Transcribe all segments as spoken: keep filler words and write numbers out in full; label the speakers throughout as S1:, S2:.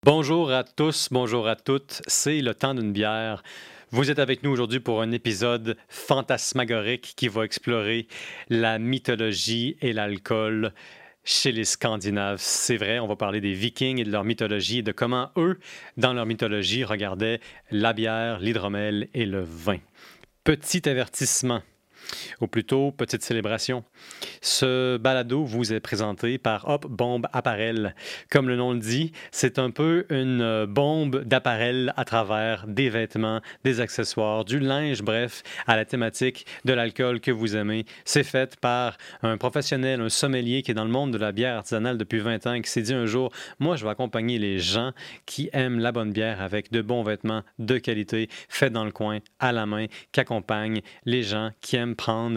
S1: Bonjour à tous, bonjour à toutes, c'est le temps d'une bière. Vous êtes avec nous aujourd'hui pour un épisode fantasmagorique qui va explorer la mythologie et l'alcool chez les Scandinaves. C'est vrai, on va parler des Vikings et de leur mythologie et de comment eux, dans leur mythologie, regardaient la bière, l'hydromel et le vin. Petit avertissement. Ou plutôt, petite célébration. Ce balado vous est présenté par Hop Bombe Apparel. Comme le nom le dit, c'est un peu une bombe d'apparel à travers des vêtements, des accessoires, du linge, bref, à la thématique de l'alcool que vous aimez. C'est fait par un professionnel, un sommelier qui est dans le monde de la bière artisanale depuis vingt ans et qui s'est dit un jour, moi, je vais accompagner les gens qui aiment la bonne bière avec de bons vêtements de qualité, faits dans le coin, à la main, qui accompagnent les gens qui aiment prendre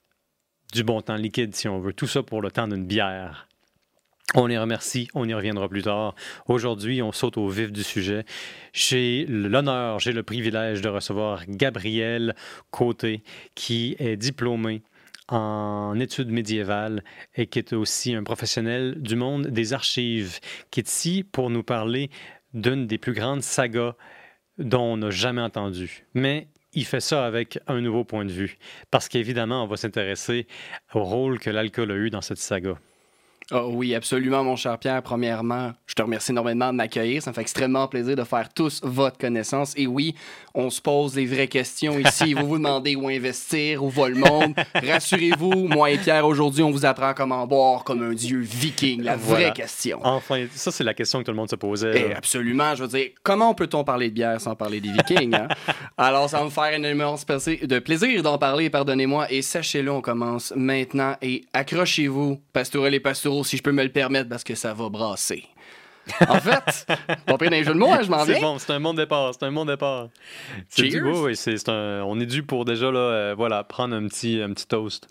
S1: du bon temps liquide, si on veut. Tout ça pour le temps d'une bière. On les remercie, on y reviendra plus tard. Aujourd'hui, on saute au vif du sujet. J'ai l'honneur, j'ai le privilège de recevoir Gabriel Côté, qui est diplômé en études médiévales et qui est aussi un professionnel du monde des archives, qui est ici pour nous parler d'une des plus grandes sagas dont on n'a jamais entendu. Mais il fait ça avec un nouveau point de vue, parce qu'évidemment, on va s'intéresser au rôle que l'alcool a eu dans cette saga.
S2: Oh oui, absolument, mon cher Pierre. Premièrement, je te remercie énormément de m'accueillir. Ça me fait extrêmement plaisir de faire tous votre connaissance. Et oui, on se pose les vraies questions ici. Vous vous demandez où investir, où va le monde. Rassurez-vous, moi et Pierre, aujourd'hui, on vous apprend comment boire comme un dieu viking. La vraie
S1: Voilà.
S2: question.
S1: Enfin, ça, c'est la question que tout le monde se posait.
S2: Et absolument, je veux dire, comment peut-on parler de bière sans parler des Vikings? Hein? Alors, ça va me faire énormément de plaisir d'en parler, pardonnez-moi. Et sachez-le, on commence maintenant. Et accrochez-vous, pastoureux et pastoureaux, si je peux me le permettre, parce que ça va brasser. En fait, pas pris d'un jeu de mots, hein, je m'en viens.
S1: C'est bon, c'est un bon départ, c'est un bon départ. C'est
S2: Cheers!
S1: Du, oui, oui, c'est, c'est un, on est dû pour déjà, là, euh, voilà, prendre un petit, un petit toast.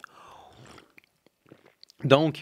S1: Donc,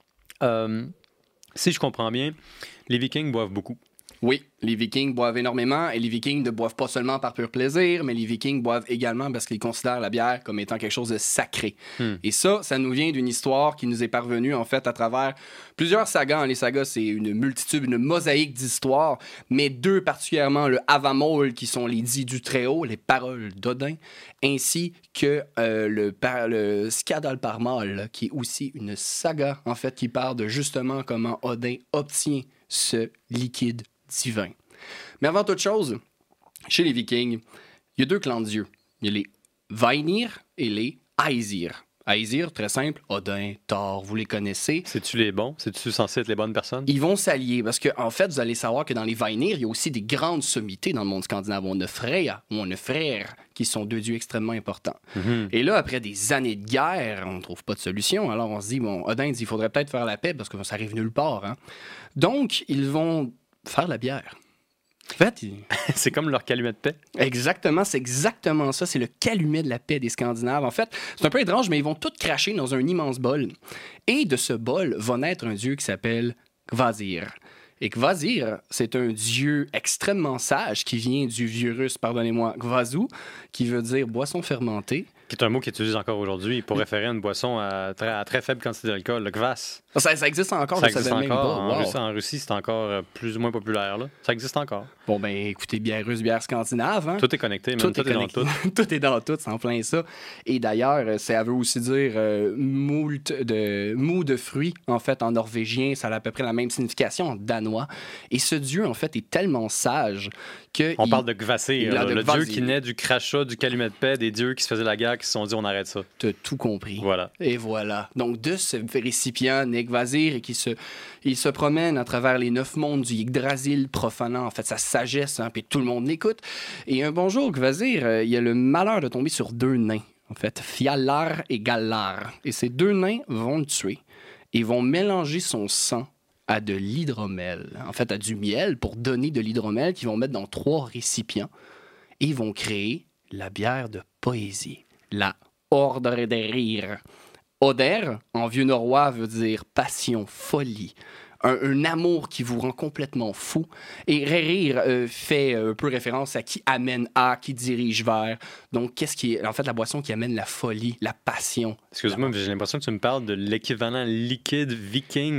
S1: euh, si je comprends bien, les Vikings boivent beaucoup.
S2: Oui, les Vikings boivent énormément et les Vikings ne boivent pas seulement par pur plaisir, mais les Vikings boivent également parce qu'ils considèrent la bière comme étant quelque chose de sacré. Hmm. Et ça, ça nous vient d'une histoire qui nous est parvenue en fait à travers plusieurs sagas. Les sagas, c'est une multitude, une mosaïque d'histoires, mais deux particulièrement, le Avamol, qui sont les dits du Très-Haut, les paroles d'Odin, ainsi que euh, le, par- le Skadalparmal, qui est aussi une saga en fait qui parle de justement comment Odin obtient ce liquide divin. Mais avant toute chose, chez les Vikings, il y a deux clans de dieux. Il y a les Vainir et les Aesir. Aesir, très simple, Odin, Thor, vous les connaissez.
S1: C'est-tu les bons? C'est-tu censé être les bonnes personnes?
S2: Ils vont s'allier parce qu'en en fait, vous allez savoir que dans les Vainir, il y a aussi des grandes sommités dans le monde scandinave. On a Freya ou on a Freyr, qui sont deux dieux extrêmement importants. Mm-hmm. Et là, après des années de guerre, on ne trouve pas de solution. Alors on se dit, bon, Odin dit, il faudrait peut-être faire la paix parce que ça arrive nulle part. Hein? Donc, ils vont faire la bière. En fait, il...
S1: c'est comme leur calumet de paix.
S2: Exactement, c'est exactement ça. C'est le calumet de la paix des Scandinaves. En fait, c'est un peu étrange, mais ils vont tout cracher dans un immense bol. Et de ce bol va naître un dieu qui s'appelle Kvasir. Et Kvasir, c'est un dieu extrêmement sage qui vient du vieux russe, pardonnez-moi, Kvazu, qui veut dire boisson fermentée.
S1: Qui est un mot qui est utilisé encore aujourd'hui pour référer à une boisson à très, à très faible quantité d'alcool, le kvass.
S2: Ça, ça existe encore,
S1: ça
S2: je
S1: existe
S2: savais
S1: encore.
S2: même
S1: En,
S2: pas. Wow.
S1: Russie, en Russie, c'est encore plus ou moins populaire. Là. Ça existe encore.
S2: Bon, ben écoutez, bière russe, bière scandinave. Hein?
S1: Tout est connecté, même.
S2: Tout,
S1: tout
S2: est,
S1: est dans tout.
S2: tout est dans tout, c'est en plein ça. Et d'ailleurs, ça veut aussi dire euh, moult de, mou de fruits, en fait, en norvégien. Ça a à peu près la même signification en danois. Et ce dieu, en fait, est tellement sage que...
S1: On
S2: il,
S1: parle de Kvasir,
S2: de
S1: le
S2: Kvasir.
S1: dieu qui naît du crachat, du calumet de paix, des dieux qui se faisaient la guerre, qui se sont dit on arrête ça.
S2: T'as tout compris.
S1: Voilà.
S2: Et voilà. Donc, de ce récipient, naît Kvasir, et qui se, il se promène à travers les neuf mondes du Yggdrasil, profanant, en fait, sa sagesse, hein, puis tout le monde l'écoute. Et un bonjour, Kvasir, euh, il a le malheur de tomber sur deux nains, en fait, Fjallar et Gallar. Et ces deux nains vont le tuer et vont mélanger son sang à de l'hydromel, en fait, à du miel, pour donner de l'hydromel qu'ils vont mettre dans trois récipients. Et ils vont créer la bière de poésie, la Ordre des rires. Oder, en vieux norrois, veut dire passion, folie. Un, un amour qui vous rend complètement fou. Et Rérir euh, fait un peu référence à qui amène à, qui dirige vers. Donc, qu'est-ce qui est, en fait, la boisson qui amène la folie, la passion.
S1: Excuse-moi, mais j'ai l'impression que tu me parles de l'équivalent liquide viking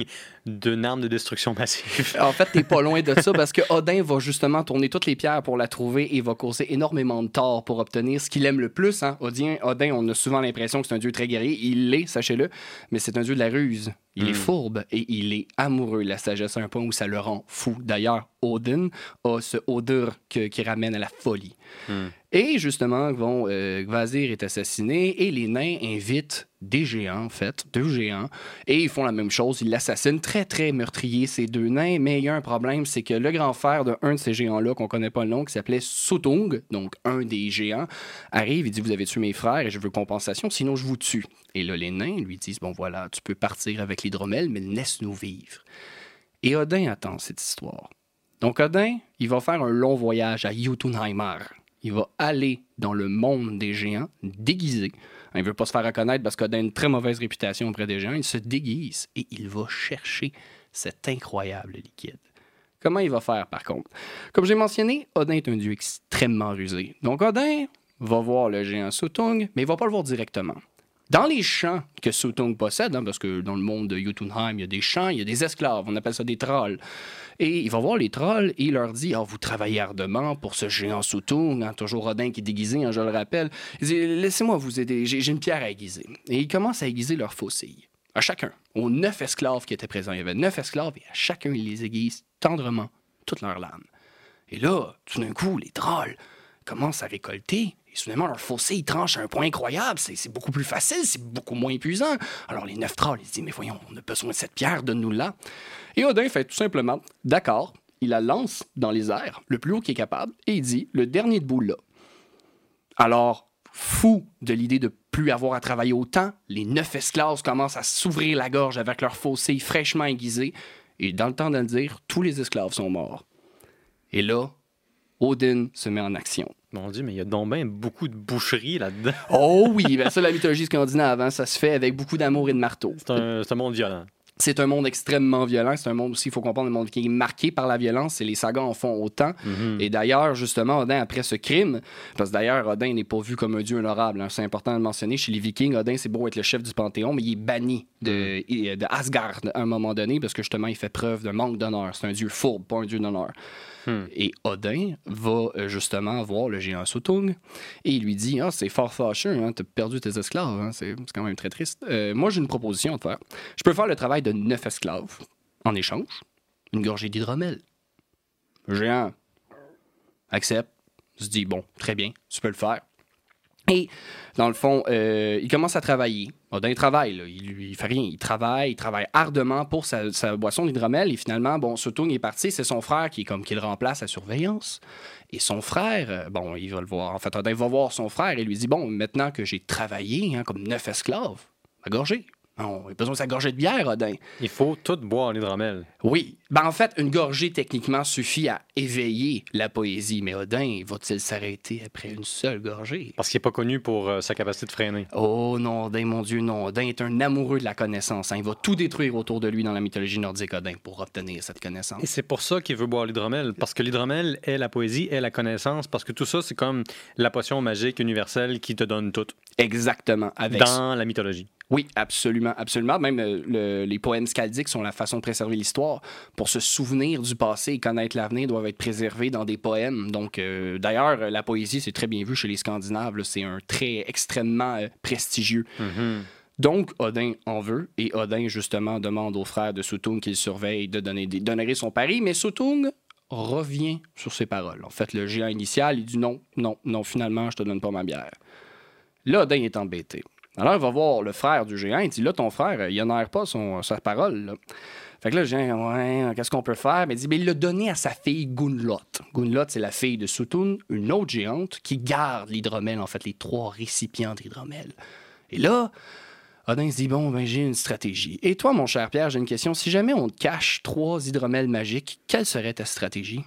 S1: d'une arme de destruction massive.
S2: En fait, t'es pas loin de ça parce que Odin va justement tourner toutes les pierres pour la trouver et va causer énormément de tort pour obtenir ce qu'il aime le plus. Hein. Odin, Odin, on a souvent l'impression que c'est un dieu très guerrier. Il l'est, sachez-le, mais c'est un dieu de la ruse. Il mm. est fourbe et il est amoureux de la sagesse à un point où ça le rend fou. D'ailleurs, Odin a ce odeur que, qui ramène à la folie. Mm. Et justement, bon, euh, Kvasir est assassiné et les nains invitent des géants, en fait, deux géants, et ils font la même chose, ils l'assassinent, très, très meurtrier, ces deux nains, mais il y a un problème, c'est que le grand frère de un de ces géants-là, qu'on connaît pas le nom, qui s'appelait Suttung, donc un des géants, arrive, il dit « Vous avez tué mes frères et je veux compensation, sinon je vous tue. » Et là, les nains lui disent « Bon, voilà, tu peux partir avec l'hydromel, mais laisse-nous vivre. » Et Odin attend cette histoire. Donc Odin, il va faire un long voyage à Jotunheimar. Il va aller dans le monde des géants, déguisé. Il ne veut pas se faire reconnaître parce qu'Odin a une très mauvaise réputation auprès des géants. Il se déguise et il va chercher cet incroyable liquide. Comment il va faire, par contre? Comme j'ai mentionné, Odin est un dieu extrêmement rusé. Donc Odin va voir le géant Suttung, mais il ne va pas le voir directement. Dans les champs que Suttung possède, hein, parce que dans le monde de Jotunheim, il y a des champs, il y a des esclaves, on appelle ça des trolls. Et il va voir les trolls et il leur dit « Ah, oh, vous travaillez ardemment pour ce géant Suttung, hein, toujours Odin qui est déguisé, hein, je le rappelle. » Il dit « Laissez-moi vous aider, j'ai, j'ai une pierre à aiguiser. » Et ils commencent à aiguiser leurs faucilles. À chacun, aux neuf esclaves qui étaient présents. Il y avait neuf esclaves et à chacun, ils les aiguisent tendrement, toutes leurs lames. Et là, tout d'un coup, les trolls commencent à récolter. Et soudainement, leur fossé, il tranche à un point incroyable. C'est, c'est beaucoup plus facile, c'est beaucoup moins épuisant. Alors, les neuf trolls, ils se disent, mais voyons, on a besoin de cette pierre, donne-nous-la. Et Odin fait tout simplement, d'accord, il la lance dans les airs, le plus haut qu'il est capable, et il dit, le dernier debout là. Alors, fou de l'idée de plus avoir à travailler autant, les neuf esclaves commencent à s'ouvrir la gorge avec leur fossé fraîchement aiguisé. Et dans le temps de le dire, tous les esclaves sont morts. Et là, Odin se met en action.
S1: Mon Dieu, mais il y a donc bien beaucoup de boucherie là-dedans.
S2: Oh oui, bien ça, la mythologie scandinave, hein, ça se fait avec beaucoup d'amour et de marteau.
S1: C'est un, c'est un monde violent.
S2: C'est un monde extrêmement violent. C'est un monde aussi, il faut comprendre, un monde qui est marqué par la violence. Et les sagas en font autant. Mm-hmm. Et d'ailleurs, justement, Odin, après ce crime, parce que d'ailleurs, Odin n'est pas vu comme un dieu honorable. Hein, c'est important de le mentionner. Chez les Vikings, Odin, c'est beau être le chef du Panthéon, mais il est banni de, mm-hmm. de Asgard à un moment donné parce que justement, il fait preuve d'un manque d'honneur. C'est un dieu fourbe, pas un dieu d'honneur. Hmm. Et Odin va justement voir le géant Suttung et il lui dit « Ah, c'est fort fâcheux, hein, t'as perdu tes esclaves, hein, c'est, c'est quand même très triste. Euh, moi, j'ai une proposition à te faire. Je peux faire le travail de neuf esclaves. En échange, une gorgée d'hydromel. » Le géant accepte, se dit « Bon, très bien, tu peux le faire. » Et dans le fond, euh, il commence à travailler. Odin travaille, là. Il, il fait rien. Il travaille, il travaille ardemment pour sa, sa boisson d'hydromel. Et finalement, bon, Suttung est parti. C'est son frère qui est comme qui le remplace à surveillance. Et son frère, euh, bon, il va le voir. En fait, Odin va voir son frère et lui dit bon, maintenant que j'ai travaillé hein, comme neuf esclaves, ma gorgée. Non, il a besoin de sa gorgée de bière, Odin.
S1: Il faut tout boire l'hydromel.
S2: Oui. Ben, en fait, une gorgée, techniquement, suffit à éveiller la poésie. Mais Odin, va-t-il s'arrêter après une seule gorgée?
S1: Parce qu'il n'est pas connu pour euh, sa capacité de freiner.
S2: Oh non, Odin, mon Dieu, non. Odin est un amoureux de la connaissance. Hein. Il va tout détruire autour de lui dans la mythologie nordique, Odin, pour obtenir cette connaissance.
S1: Et c'est pour ça qu'il veut boire l'hydromel. Parce que l'hydromel est la poésie, est la connaissance. Parce que tout ça, c'est comme la potion magique universelle qui te donne tout.
S2: Exactement. Avec...
S1: Dans la mythologie.
S2: Oui, absolument, absolument. Même euh, le, les poèmes skaldiques sont la façon de préserver l'histoire. Pour se souvenir du passé et connaître l'avenir, doivent être préservés dans des poèmes. Donc, euh, d'ailleurs, la poésie, c'est très bien vu chez les Scandinaves. Là, c'est un trait extrêmement euh, prestigieux. Mm-hmm. Donc, Odin en veut. Et Odin, justement, demande au frère de Suttung qu'il surveille de donner des, d'honorer son pari. Mais Suttung revient sur ses paroles. En fait, le géant initial, il dit non, non, non, finalement, je te donne pas ma bière. Là, Odin est embêté. Alors, il va voir le frère du géant. Il dit, là, ton frère, il honore pas son, sa parole. Là. Fait que là, le géant, ouais, qu'est-ce qu'on peut faire? Mais il dit, mais il l'a donné à sa fille Gunnlot. Gunnlot, c'est la fille de Suttung, une autre géante qui garde l'hydromel, en fait, les trois récipients d'hydromel. Et là, Odin se dit, bon, ben, j'ai une stratégie. Et toi, mon cher Pierre, j'ai une question. Si jamais on te cache trois hydromels magiques, quelle serait ta stratégie?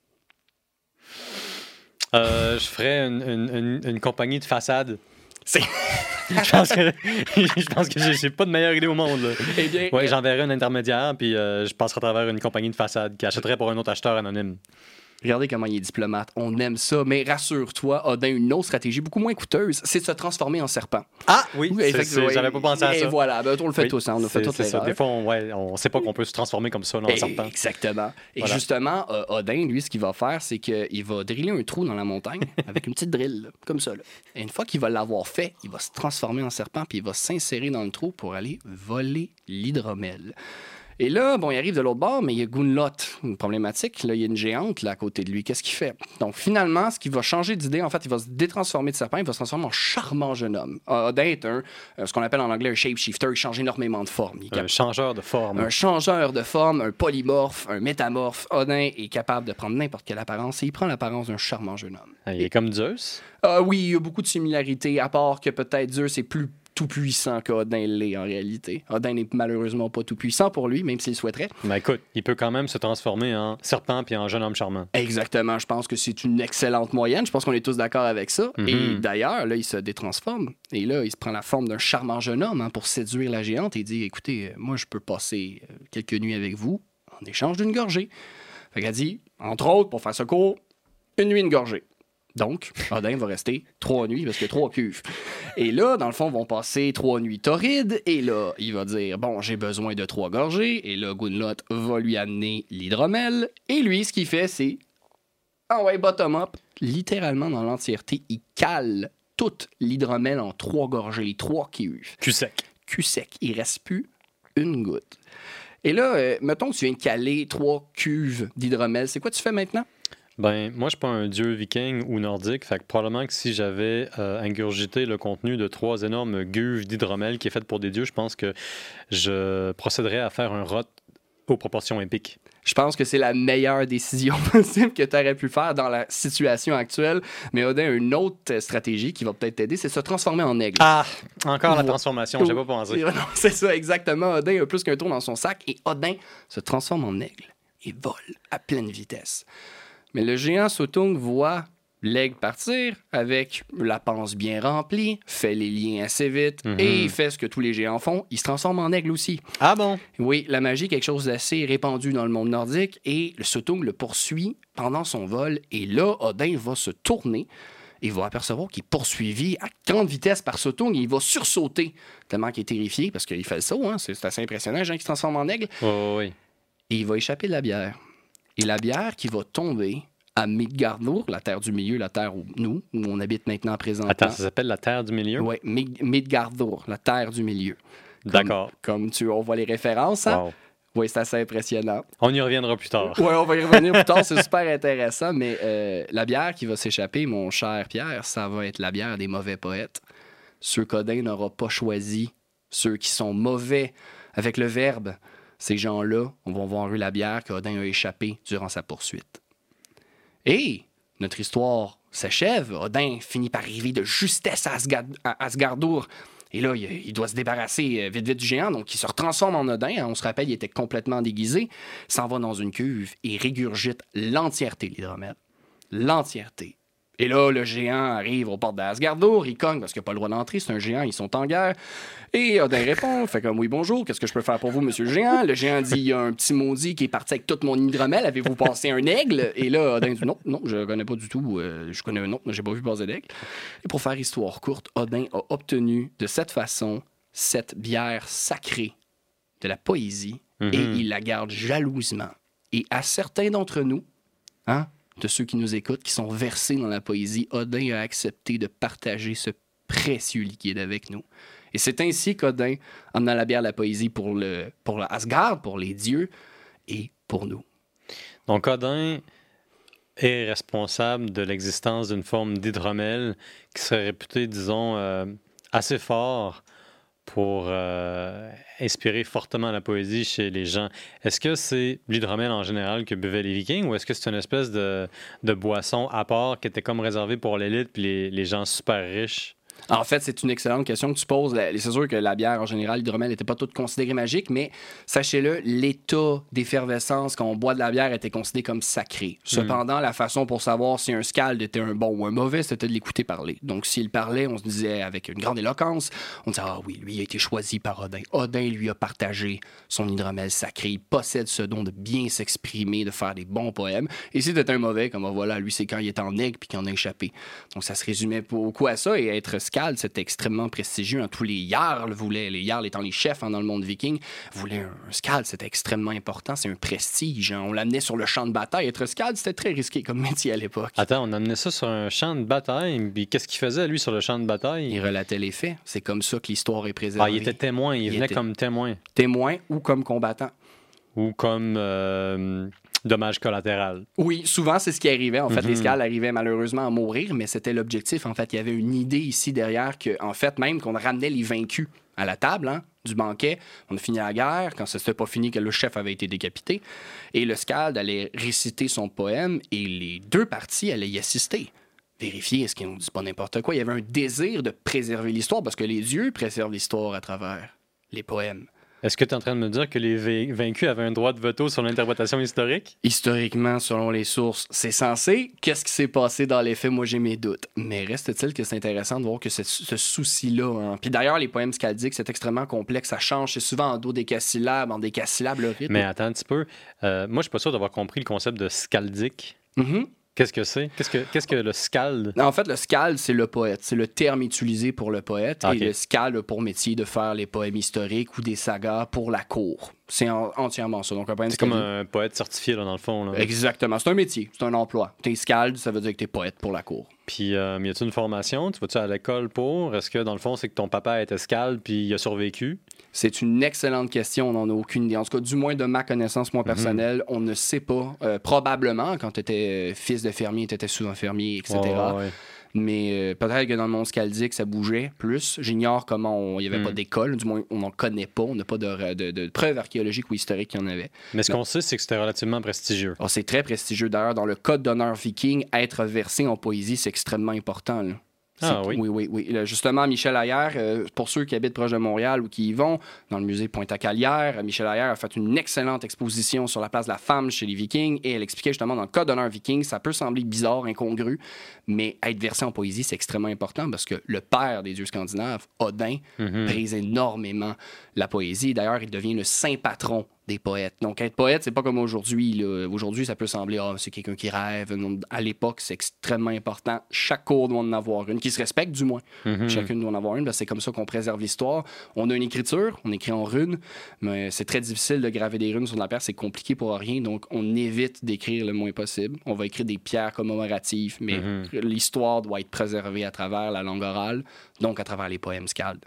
S1: Euh, je ferais une, une, une, une compagnie de façade.
S2: C'est...
S1: je pense que, je pense que j'ai, j'ai pas de meilleure idée au monde. Là.
S2: Eh bien,
S1: ouais,
S2: euh...
S1: j'enverrais un intermédiaire, puis euh, je passerais à travers une compagnie de façade qui achèterait pour un autre acheteur anonyme.
S2: Regardez comment il est diplomate. On aime ça. Mais rassure-toi, Odin, une autre stratégie beaucoup moins coûteuse, c'est de se transformer en serpent.
S1: Ah oui,
S2: Oui,
S1: c'est-
S2: effectivement,
S1: c'est- j'avais pas pensé à
S2: et
S1: ça.
S2: voilà, ben, on le fait
S1: Oui,
S2: tous, hein, on a fait
S1: c'est-
S2: toute
S1: c'est ça.
S2: l'erreur.
S1: Des fois, on ouais, on sait pas qu'on peut se transformer comme ça là, en
S2: Et-
S1: serpent.
S2: Exactement. Et
S1: Voilà.
S2: justement, euh, Odin, lui, ce qu'il va faire, c'est qu'il va driller un trou dans la montagne avec une petite drill, là, comme ça. Là. Et une fois qu'il va l'avoir fait, il va se transformer en serpent puis il va s'insérer dans le trou pour aller voler l'hydromel. Et là, bon, il arrive de l'autre bord, mais il y a Gunlot, une problématique. Là, il y a une géante là, à côté de lui. Qu'est-ce qu'il fait? Donc, finalement, ce qui va changer d'idée, en fait, il va se détransformer de serpent, il va se transformer en charmant jeune homme. Euh, Odin est un, euh, ce qu'on appelle en anglais un shapeshifter. Il change énormément de forme. Il est
S1: Un changeur de forme.
S2: un changeur de forme, un polymorphe, un métamorphe. Odin est capable de prendre n'importe quelle apparence et il prend l'apparence d'un charmant jeune homme.
S1: Ah, il est comme Zeus.
S2: Ah oui, il y a beaucoup de similarités, à part que peut-être Zeus est plus tout-puissant qu'Odin l'est en réalité. Odin n'est malheureusement pas tout-puissant pour lui, même s'il le souhaiterait.
S1: Mais écoute, il peut quand même se transformer en serpent puis en jeune homme charmant.
S2: Exactement, je pense que c'est une excellente moyenne. Je pense qu'on est tous d'accord avec ça.
S1: Mhm.
S2: Et d'ailleurs, là, il se détransforme. Et là, il se prend la forme d'un charmant jeune homme hein, pour séduire la géante et dit, écoutez, euh, moi, je peux passer euh, quelques nuits avec vous en échange d'une gorgée. Fait qu'elle dit, entre autres, pour faire ce cours, une nuit, une gorgée. Donc, Odin va rester trois nuits parce qu'il y a trois cuves. Et là, dans le fond, vont passer trois nuits torrides. Et là, il va dire, bon, j'ai besoin de trois gorgées. Et là, Gunlot va lui amener l'hydromel. Et lui, ce qu'il fait, c'est, ah ouais, bottom-up, littéralement dans l'entièreté, il cale toute l'hydromel en trois gorgées, les trois cuves.
S1: Cul sec.
S2: Cul sec. Il reste plus une goutte. Et là, euh, mettons que tu viens de caler trois cuves d'hydromel. C'est quoi tu fais maintenant?
S1: Ben, moi, je suis pas un dieu viking ou nordique, fait que probablement que si j'avais euh, ingurgité le contenu de trois énormes guves d'hydromel qui est faite pour des dieux, je pense que je procéderais à faire un rot aux proportions épiques.
S2: Je pense que c'est la meilleure décision possible que tu aurais pu faire dans la situation actuelle. Mais Odin a une autre stratégie qui va peut-être t'aider, c'est se transformer en aigle.
S1: Ah! Encore la
S2: Ouais.
S1: transformation, j'ai pas pensé.
S2: Non, c'est ça, exactement. Odin a plus qu'un tour dans son sac et Odin se transforme en aigle et vole à pleine vitesse. Mais le géant Suttung voit l'aigle partir avec la panse bien remplie, fait les liens assez vite
S1: Mhm.
S2: et il fait ce que tous les géants font, il se transforme en aigle aussi.
S1: Ah bon?
S2: Oui, la magie est quelque chose d'assez répandu dans le monde nordique et le Suttung le poursuit pendant son vol et là, Odin va se tourner et va apercevoir qu'il est poursuivi à grande vitesse par Suttung et il va sursauter tellement qu'il est terrifié parce qu'il fait le saut, hein, c'est c'est assez impressionnant, un géant qui se transforme en aigle
S1: Oh, oui.
S2: et il va échapper de la bière. Et la bière qui va tomber à Midgardnur, la terre du milieu, la terre où nous, où on habite maintenant présentement.
S1: Attends, ça s'appelle la Terre du Milieu?
S2: Oui, Midgardnur, la terre du milieu. Comme-
S1: D'accord.
S2: Comme tu, on voit les références, hein?
S1: Wow.
S2: Oui, c'est assez impressionnant.
S1: On y reviendra plus tard.
S2: Oui, on va y revenir plus tard, c'est super intéressant, mais euh, la bière qui va s'échapper, mon cher Pierre, ça va être la bière des mauvais poètes. Ceux qu'Odin n'aura pas choisi, ceux qui sont mauvais avec le verbe, ces gens-là, on va voir eux la bière qu'Odin a échappé durant sa poursuite. Et notre histoire s'achève. Odin finit par arriver de justesse à, Asgard, à Asgardur. Et là, il, il doit se débarrasser euh, vite vite du géant, donc il se retransforme en Odin. Hein, on se rappelle, il était complètement déguisé. S'en va dans une cuve et régurgite l'entièreté de l'hydromel. L'entièreté. Et là, le géant arrive aux portes d'Asgardur, il cogne parce qu'il n'a pas le droit d'entrer, c'est un géant, ils sont en guerre. Et Odin répond, fait comme oui, bonjour, qu'est-ce que je peux faire pour vous, monsieur le géant? Le géant dit, il y a un petit maudit qui est parti avec toute mon hydromel, avez-vous passé un aigle? Et là, Odin dit, non, non, je connais pas du tout, euh, je connais un autre, mais j'ai pas vu passer d'aigle. Et pour faire histoire courte, Odin a obtenu de cette façon cette bière sacrée de la poésie
S1: Mhm.
S2: et il la garde jalousement. Et à certains d'entre nous, hein, de ceux qui nous écoutent, qui sont versés dans la poésie, Odin a accepté de partager ce précieux liquide avec nous. Et c'est ainsi qu'Odin emmena la bière de la poésie pour, le, pour le Asgard, pour les dieux et pour nous.
S1: Donc, Odin est responsable de l'existence d'une forme d'hydromel qui serait réputée, disons, euh, assez fort pour euh, inspirer fortement la poésie chez les gens. Est-ce que c'est l'hydromel en général que buvaient les Vikings ou est-ce que c'est une espèce de, de boisson à part qui était comme réservée pour l'élite puis les, les gens super riches?
S2: En fait, c'est une excellente question que tu poses. C'est sûr que la bière, en général, l'hydromel n'était pas toute considérée magique, mais sachez-le, l'état d'effervescence quand on boit de la bière était considéré comme sacré. Cependant, mm. la façon pour savoir si un scald était un bon ou un mauvais, c'était de l'écouter parler. Donc, s'il parlait, on se disait avec une grande éloquence, on disait « Ah oui, lui, il a été choisi par Odin. Odin lui a partagé son hydromel sacré. Il possède ce don de bien s'exprimer, de faire des bons poèmes. » Et si c'était un mauvais, comme voilà, lui, c'est quand il est en aigle puis qu'il en a échappé. Donc, ça se résumait beaucoup à ça. Et être scald, c'était extrêmement prestigieux. Hein. Tous les jarls voulaient, les jarls étant les chefs hein, dans le monde viking, voulaient un, un scald. C'était extrêmement important. C'est un prestige. Hein. On l'amenait sur le champ de bataille. Être scald, c'était très risqué comme métier à l'époque.
S1: Attends, on amenait ça sur un champ de bataille. Puis qu'est-ce qu'il faisait, lui, sur le champ de bataille?
S2: Il relatait les faits. C'est comme ça que l'histoire est préservée.
S1: Ah, il était témoin. Il, il venait comme témoin.
S2: Témoin ou comme combattant.
S1: Ou comme... Euh... dommage collatéral.
S2: Oui, souvent, c'est ce qui arrivait. En fait,
S1: mm-hmm.
S2: les scalds arrivaient malheureusement à mourir, mais c'était l'objectif. En fait, il y avait une idée ici derrière que, en fait, même qu'on ramenait les vaincus à la table hein, du banquet. On a fini la guerre, quand ça s'était pas fini, que le chef avait été décapité. Et le scald allait réciter son poème et les deux parties allaient y assister. Vérifier, est-ce qu'ils n'ont dit pas n'importe quoi. Il y avait un désir de préserver l'histoire parce que les dieux préservent l'histoire à travers les poèmes.
S1: Est-ce que tu es en train de me dire que les vaincus avaient un droit de veto sur l'interprétation historique?
S2: Historiquement, selon les sources, c'est censé. Qu'est-ce qui s'est passé dans les faits? Moi, j'ai mes doutes. Mais reste-t-il que c'est intéressant de voir que ce, ce souci-là... Hein. Puis d'ailleurs, les poèmes scaldiques, c'est extrêmement complexe. Ça change. C'est souvent en dodécasyllabe, en décasyllabe, le rythme.
S1: Mais attends un petit peu. Euh, moi, je suis pas sûr d'avoir compris le concept de scaldique.
S2: Mm-hmm.
S1: Qu'est-ce que c'est? Qu'est-ce que, qu'est-ce que le scald?
S2: En fait, le scald, c'est le poète. C'est le terme utilisé pour le poète. Okay. Et le scald a pour métier de faire les poèmes historiques ou des sagas pour la cour. C'est en, entièrement ça. Donc, un poème
S1: c'est comme un poète certifié, là, dans le fond. Là.
S2: Exactement. C'est un métier. C'est un emploi. T'es scald, ça veut dire que t'es poète pour la cour.
S1: Puis, euh, y a-tu une formation? Tu vas-tu à l'école pour? Est-ce que, dans le fond, c'est que ton papa était scald puis il a survécu?
S2: C'est une excellente question. On n'en a aucune idée. En tout cas, du moins de ma connaissance, moi, personnelle, mm-hmm. on ne sait pas. Euh, probablement, quand tu étais fils de fermier, tu étais souvent fermier, et cetera. Oh, ouais. Mais euh, peut-être que dans le monde scaldique, ça bougeait plus. J'ignore comment il n'y avait mm. pas d'école. Du moins, on n'en connaît pas. On n'a pas de, de, de preuves archéologiques ou historiques qu'il y en avait.
S1: Mais ce Mais... qu'on sait, c'est que c'était relativement prestigieux.
S2: Oh, c'est très prestigieux. D'ailleurs, dans le code d'honneur viking, être versé en poésie, c'est extrêmement important. Là.
S1: Ah oui?
S2: Oui, oui, oui. Justement, Michel Ayer, euh, pour ceux qui habitent proche de Montréal ou qui y vont, dans le musée Pointe-à-Calière, Michel Ayer a fait une excellente exposition sur la place de la femme chez les Vikings et elle expliquait justement dans le code d'honneur viking, ça peut sembler bizarre, incongru, mais être versé en poésie, c'est extrêmement important parce que le père des dieux scandinaves, Odin, mm-hmm. prise énormément la poésie. D'ailleurs, il devient le saint patron des poètes. Donc, être poète, c'est pas comme aujourd'hui. Là. Aujourd'hui, ça peut sembler, ah, oh, c'est quelqu'un qui rêve. À l'époque, c'est extrêmement important. Chaque cour doit en avoir une, qui se respecte du moins. Mm-hmm. Chacune doit en avoir une, parce que c'est comme ça qu'on préserve l'histoire. On a une écriture, on écrit en runes, mais c'est très difficile de graver des runes sur de la pierre, c'est compliqué pour rien, donc on évite d'écrire le moins possible. On va écrire des pierres commémoratives, mais mm-hmm. l'histoire doit être préservée à travers la langue orale, donc à travers les poèmes scalds.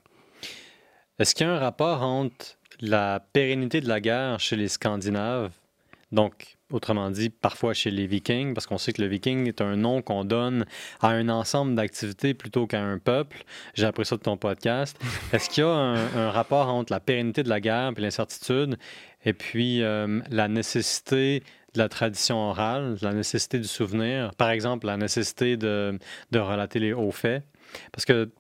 S1: Est-ce qu'il y a un rapport entre la pérennité de la guerre chez les Scandinaves, donc, autrement dit, parfois chez les Vikings, parce qu'on sait que le Viking est un nom qu'on donne à un ensemble d'activités plutôt qu'à un peuple. J'ai appris ça de ton podcast. Est-ce qu'il y a un, un rapport entre la pérennité de la guerre et l'incertitude, et puis euh, la nécessité de la tradition orale, la nécessité du souvenir, par exemple, la nécessité de, de relater les hauts faits? Parce que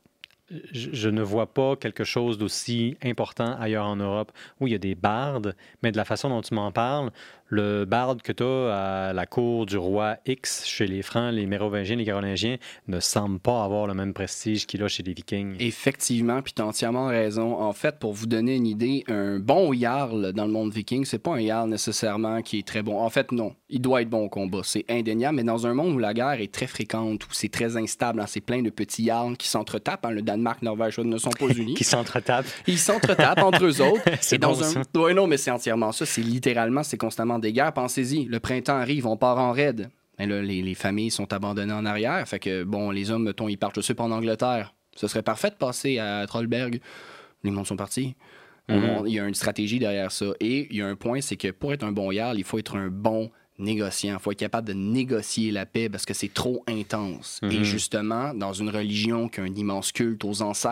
S1: je ne vois pas quelque chose d'aussi important ailleurs en Europe où il y a des bardes, mais de la façon dont tu m'en parles, le barde que tu as à la cour du roi X chez les Francs, les Mérovingiens, les Carolingiens ne semble pas avoir le même prestige qu'il a chez les Vikings.
S2: Effectivement, puis tu as entièrement raison. En fait, pour vous donner une idée, un bon jarl dans le monde viking, c'est pas un jarl nécessairement qui est très bon. En fait, non. Il doit être bon au combat, c'est indéniable, mais dans un monde où la guerre est très fréquente, où c'est très instable, hein, c'est plein de petits jarls qui s'entretapent, hein, le Danemark, Norvège ne sont pas unis.
S1: Qui s'entretapent.
S2: Ils s'entretapent entre eux autres.
S1: c'est
S2: et
S1: bon,
S2: dans un...
S1: ça.
S2: Ouais, non, mais c'est entièrement ça. C'est littéralement, c'est constamment des guerres. Pensez-y, le printemps arrive, on part en raid. Et là, les, les familles sont abandonnées en arrière. Fait que, bon, les hommes, mettons, ils partent, je sais pas, en Angleterre. Ce serait parfait de passer à Trollberg. Les mondes sont partis. Mm-hmm. Il y a une stratégie derrière ça. Et il y a un point, c'est que pour être un bon jarl, il faut être un bon négociant. Il faut être capable de négocier la paix parce que c'est trop intense. Mm-hmm. Et justement, dans une religion qui a un immense culte aux ancêtres,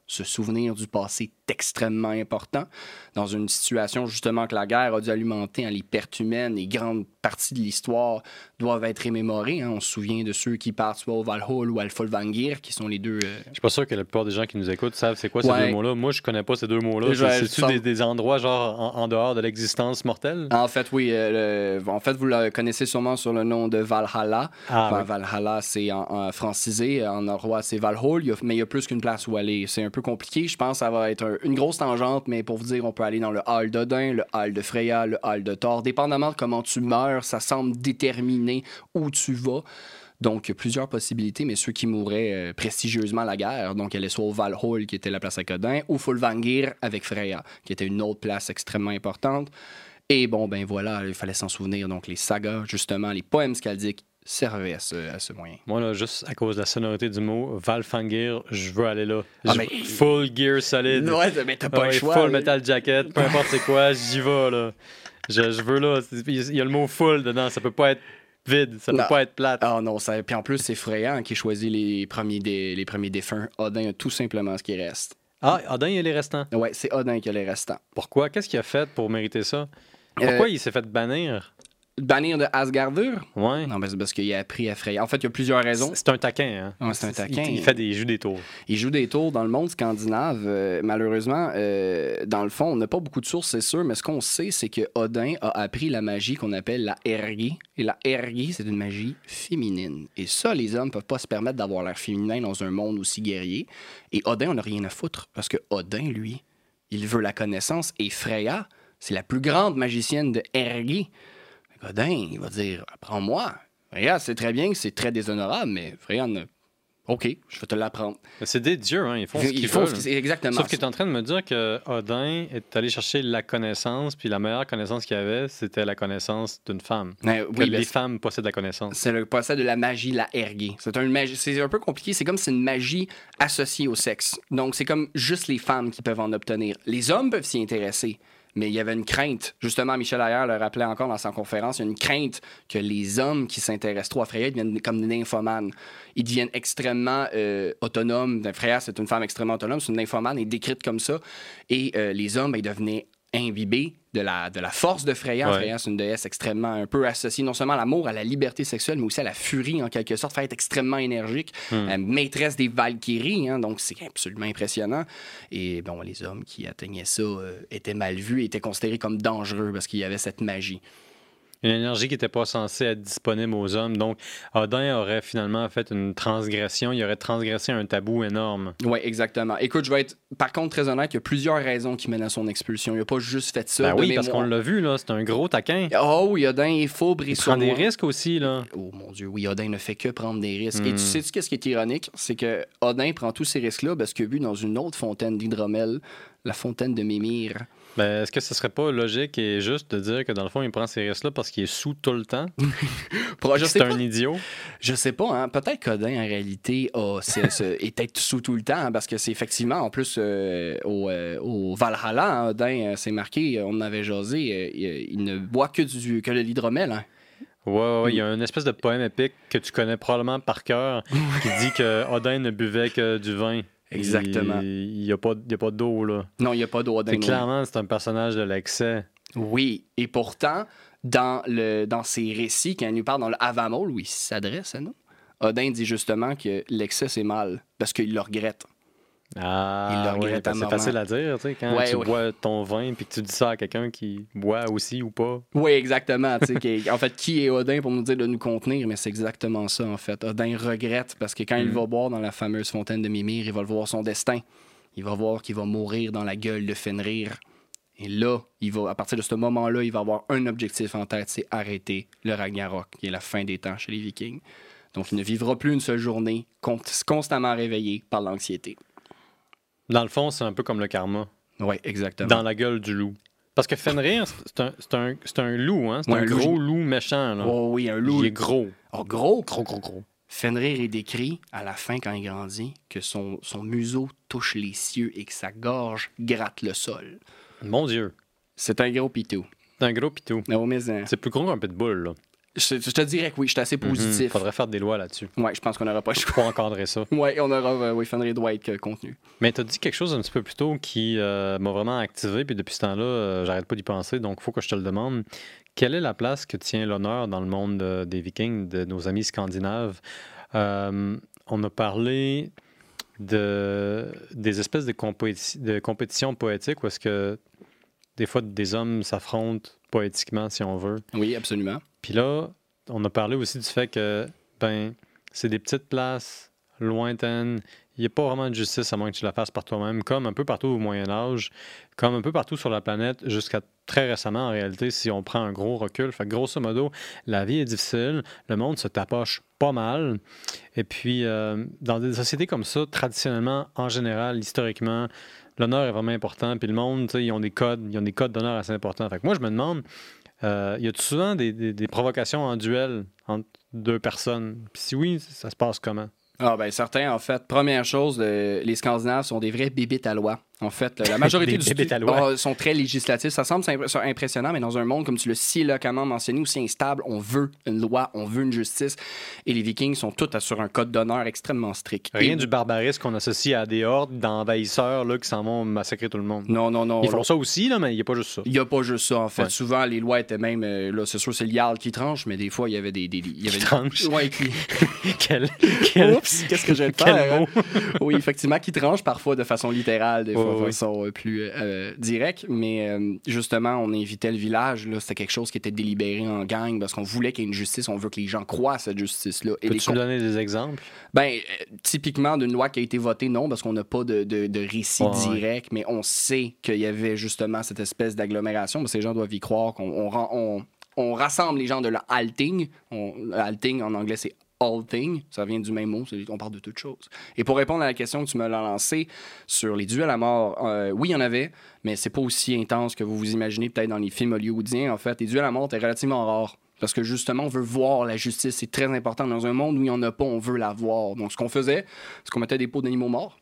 S2: Se souvenir du passé est extrêmement important. Dans une situation, justement, que la guerre a dû alimenter hein, les pertes humaines et grandes parties de l'histoire doivent être remémorées. Hein. On se souvient de ceux qui partent soit au Valhall ou à Folvangir, qui sont les deux... Euh...
S1: Je suis pas sûr que la plupart des gens qui nous écoutent savent c'est quoi ces
S2: Ouais.
S1: deux mots-là. Moi, je connais pas ces deux mots-là.
S2: Je-
S1: C'est-tu
S2: je-
S1: des, des endroits, genre, en, en dehors de l'existence mortelle?
S2: En fait, oui. euh, le- En fait, vous le connaissez sûrement sur le nom de Valhalla.
S1: Ah,
S2: Enfin,
S1: oui.
S2: Valhalla, c'est en, en francisé. En norrois, c'est Valhall. Il y a- mais il y a plus qu'une place où aller. C'est un peu compliqué. Je pense que ça va être un- une grosse tangente, mais pour vous dire, on peut aller dans le hall d'Odin, le hall de Freya, le hall de Thor. Dépendamment de comment tu meurs, ça semble déterminer où tu vas. Donc, il y a plusieurs possibilités, mais ceux qui mouraient euh, prestigieusement à la guerre, donc elle est soit au Valhall, qui était la place à Odin, ou Folvangir avec Freya, qui était une autre place extrêmement importante. Et bon, ben voilà, il fallait s'en souvenir. Donc, les sagas, justement, les poèmes skaldiques servaient à ce, à ce moyen.
S1: Moi, là, juste à cause de la sonorité du mot, Valfangir, je veux aller là.
S2: Ah,
S1: Je-
S2: mais-
S1: Full gear solide.
S2: Ouais, mais t'as pas
S1: Ah
S2: le
S1: ouais,
S2: choix.
S1: Full
S2: là.
S1: metal jacket, peu importe c'est quoi, j'y vais, là. Je, je veux, là. c'est- Il y a le mot full dedans, ça peut pas être vide, ça peut
S2: Non.
S1: pas être plate.
S2: Ah non, ça... puis en plus, c'est Freya hein, qui choisit les premiers, dé- les premiers défunts. Odin a tout simplement ce qui reste.
S1: Ah, Odin, il y a les restants.
S2: Ouais, c'est Odin qui a les restants.
S1: Pourquoi? Qu'est-ce qu'il a fait pour mériter ça? Pourquoi
S2: Euh,
S1: il s'est fait bannir?
S2: Bannir de Asgardur?
S1: Ouais.
S2: Non, mais c'est parce qu'il a appris à Freya. En fait, il y a plusieurs raisons.
S1: C'est un taquin, hein?
S2: Ouais, c'est un taquin.
S1: Il, il fait des jeux des tours.
S2: Il joue des tours dans le monde scandinave. Euh, malheureusement, euh, dans le fond, on n'a pas beaucoup de sources, c'est sûr, mais ce qu'on sait, c'est que Odin a appris la magie qu'on appelle la ergie. Et la ergie, c'est une magie féminine. Et ça, les hommes peuvent pas se permettre d'avoir l'air féminin dans un monde aussi guerrier. Et Odin, on n'a rien à foutre, parce que Odin, lui, il veut la connaissance. Et Freya, c'est la plus grande magicienne de ergie. Odin, il va dire, apprends-moi. Freya, c'est très bien que c'est très déshonorable, mais Freya, ne- OK, je vais te l'apprendre.
S1: Mais c'est des dieux, hein? Ils font ce qu'ils
S2: Ils font
S1: veulent.
S2: ce qu'ils- c'est exactement
S1: Sauf que
S2: ça.
S1: tu es en train de me dire que Odin est allé chercher la connaissance, puis la meilleure connaissance qu'il avait, c'était la connaissance d'une femme.
S2: Mais
S1: Que
S2: oui,
S1: les
S2: ben,
S1: femmes possèdent la connaissance.
S2: c'est le possède de la magie, la ergie. C'est un, magie- c'est un peu compliqué. C'est comme si c'est une magie associée au sexe. Donc, c'est comme juste les femmes qui peuvent en obtenir. Les hommes peuvent s'y intéresser. Mais il y avait une crainte. Justement, Michel Ayer le rappelait encore dans sa conférence. Il y a une crainte que les hommes qui s'intéressent trop à Freya deviennent comme des nymphomanes. Ils deviennent extrêmement euh, autonomes. Freya, c'est une femme extrêmement autonome. C'est une nymphomane, elle est décrite comme ça. Et euh, les hommes, ben, ils devenaient imbibés de la, de la force de Freya.
S1: Ouais.
S2: Freya, c'est une déesse extrêmement un peu associée non seulement à l'amour, à la liberté sexuelle, mais aussi à la furie, en quelque sorte, fait être extrêmement énergique.
S1: Hmm.
S2: Euh, maîtresse des Valkyries, hein, donc c'est absolument impressionnant. Et bon, les hommes qui atteignaient ça euh, étaient mal vus, étaient considérés comme dangereux parce qu'il y avait cette magie.
S1: Une énergie qui n'était pas censée être disponible aux hommes. Donc, Odin aurait finalement fait une transgression. Il aurait transgressé un tabou énorme.
S2: Oui, exactement. Écoute, je vais être par contre très honnête, il y a plusieurs raisons qui mènent à son expulsion. Il n'a pas juste fait ça.
S1: Ben
S2: de
S1: oui, parce
S2: mémoire.
S1: qu'on l'a vu, là. C'est un gros taquin.
S2: Oh oui, Odin est faubre et
S1: Il prend des
S2: sournois.
S1: risques aussi, là.
S2: Oh mon Dieu, oui, Odin ne fait que prendre des risques. Et
S1: Hmm.
S2: tu sais -tu qu'est-ce qui est ironique? C'est que Odin prend tous ces risques-là parce qu'il a vu dans une autre fontaine d'hydromel, la fontaine de Mimir.
S1: Ben, est-ce que ce serait pas logique et juste de dire que dans le fond, il prend ces risques-là parce qu'il est sous tout le temps?
S2: Pour- je
S1: C'est
S2: sais
S1: un
S2: pas.
S1: idiot.
S2: Je sais pas, hein. Peut-être qu'Odin, en réalité, a, c'est- c'est- est peut-être sous tout le temps, hein, parce que c'est effectivement, en plus, euh, au, euh, au Valhalla, hein, Odin, euh, c'est marqué, euh, on en avait jasé, euh, il, il ne boit que, du, que de l'hydromel. Hein.
S1: Ouais, ouais, ouais, il y a une espèce de poème épique que tu connais probablement par cœur qui dit que Odin ne buvait que du vin.
S2: Exactement.
S1: Il n'y a pas, il y a pas d'eau, là.
S2: Non, il n'y a pas d'Odin.
S1: C'est
S2: non.
S1: clairement, c'est un personnage de l'excès.
S2: Oui, et pourtant, dans, le, dans ses récits, quand il nous parle dans le Havamol, où il s'adresse à nous, Odin dit justement que l'excès, c'est mal, parce qu'il le regrette.
S1: Ah,
S2: Il le
S1: ouais,
S2: regrette
S1: ben, c'est
S2: amèrement.
S1: facile à dire, tu sais, quand
S2: Ouais,
S1: tu
S2: ouais.
S1: bois ton vin puis que tu dis ça à quelqu'un qui boit aussi ou pas.
S2: Oui, exactement. tu sais, qui- en fait, qui est Odin pour nous dire de nous contenir? Mais c'est exactement ça, en fait. Odin regrette parce que quand il
S1: Mm.
S2: va boire dans la fameuse fontaine de Mimir, il va le voir son destin. Il va voir qu'il va mourir dans la gueule de Fenrir. Et là, il va, à partir de ce moment-là, il va avoir un objectif en tête, c'est arrêter le Ragnarok, qui est la fin des temps chez les Vikings. Donc, il ne vivra plus une seule journée, con- constamment réveillé par l'anxiété.
S1: Dans le fond, c'est un peu comme le karma,
S2: Oui, exactement.
S1: dans la gueule du loup. Parce que Fenrir, c'est un, c'est un, c'est un loup, hein? C'est
S2: Ouais,
S1: un
S2: un loup.
S1: gros loup méchant, là.
S2: Oh oui, un loup.
S1: Il est gros.
S2: Oh, gros.
S1: Gros, gros, gros.
S2: Fenrir est décrit, à la fin, quand il grandit, que son, son museau touche les cieux et que sa gorge gratte le sol.
S1: Mon Dieu.
S2: C'est un gros pitou.
S1: C'est un gros pitou.
S2: Oh, mais, hein,
S1: C'est plus gros qu'un pitbull, là.
S2: Je, je te dirais que oui, je suis assez positif.
S1: Il faudrait faire des lois là-dessus.
S2: Oui, je pense qu'on n'aura pas le choix.
S1: Pour encadrer ça.
S2: Oui, on aura, euh, oui, Fenrir doit être euh, contenu.
S1: Mais tu as dit quelque chose un petit peu plus tôt qui euh, m'a vraiment activé, puis depuis ce temps-là, euh, j'arrête pas d'y penser, donc il faut que je te le demande. Quelle est la place que tient l'honneur dans le monde euh, des Vikings, de nos amis scandinaves? Euh, on a parlé de, des espèces de, compéti- de compétitions poétiques où est-ce que des fois des hommes s'affrontent poétiquement, si on veut.
S2: Oui, absolument.
S1: Puis là, on a parlé aussi du fait que, ben, c'est des petites places lointaines. Il n'y a pas vraiment de justice à moins que tu la fasses par toi-même, comme un peu partout au Moyen Âge, comme un peu partout sur la planète, jusqu'à très récemment, en réalité, si on prend un gros recul. Fait que, grosso modo, la vie est difficile, le monde se tapoche pas mal. Et puis, euh, dans des sociétés comme ça, traditionnellement, en général, historiquement, l'honneur est vraiment important. Puis le monde, ils ont des codes, ils ont des codes d'honneur assez importants. Fait que moi, je me demande, euh, y a souvent des, des, des provocations en duel entre deux personnes? Puis si oui, ça se passe comment?
S2: Ah ben certains, en fait. Première chose, euh, les Scandinaves sont des vrais bébites à loi. En fait, la majorité
S1: Des
S2: du
S1: bébites à loi.
S2: oh, sont très législatifs. Ça semble impr- impressionnant, mais dans un monde, comme tu l'as si éloquemment mentionné, aussi instable, on veut une loi, on veut une justice. Et les Vikings sont tous sur un code d'honneur extrêmement strict.
S1: Rien
S2: Et...
S1: du barbarisme qu'on associe à des hordes d'envahisseurs là, qui s'en vont massacrer tout le monde.
S2: Non, non, non.
S1: Ils font
S2: là...
S1: ça aussi, là, mais il n'y a pas juste ça.
S2: Il n'y a pas juste ça, en fait.
S1: Ouais.
S2: Souvent, les lois étaient même... Euh, là, c'est sûr, c'est le Jarl qui tranche, mais des fois, il y avait des... des il y avait
S1: Qui tranche?
S2: Ouais, qui...
S1: quel, quel...
S2: Oups, qu'est-ce que je viens de
S1: Quel
S2: faire?
S1: mot?
S2: Hein? Oui, effectivement, qui tranche parfois de façon littérale, des fois
S1: Oui,
S2: de
S1: oui.
S2: façon euh, plus euh, directe. Mais euh, justement, on invitait le village. Là, c'était quelque chose qui était délibéré en gang parce qu'on voulait qu'il y ait une justice. On veut que les gens croient à cette justice-là. Et les
S1: Peux-tu
S2: con-
S1: me donner des exemples?
S2: Ben, euh, typiquement, d'une loi qui a été votée, non, parce qu'on n'a pas de, de, de récit
S1: Ouais, ouais.
S2: direct, mais on sait qu'il y avait justement cette espèce d'agglomération. Parce que les gens doivent y croire qu'on on, rend- on, on rassemble les gens de la Alting. On, Alting, en anglais, c'est all thing, ça vient du même mot, c'est- on parle de toutes choses. Et pour répondre à la question que tu me l'as lancée sur les duels à mort, euh, oui, il y en avait, mais c'est pas aussi intense que vous vous imaginez peut-être dans les films hollywoodiens. En fait, les duels à mort étaient relativement rares. Parce que justement, on veut voir la justice. C'est très important. Dans un monde où il n'y en a pas, on veut la voir. Donc, ce qu'on faisait, c'est qu'on mettait des pots d'animaux morts.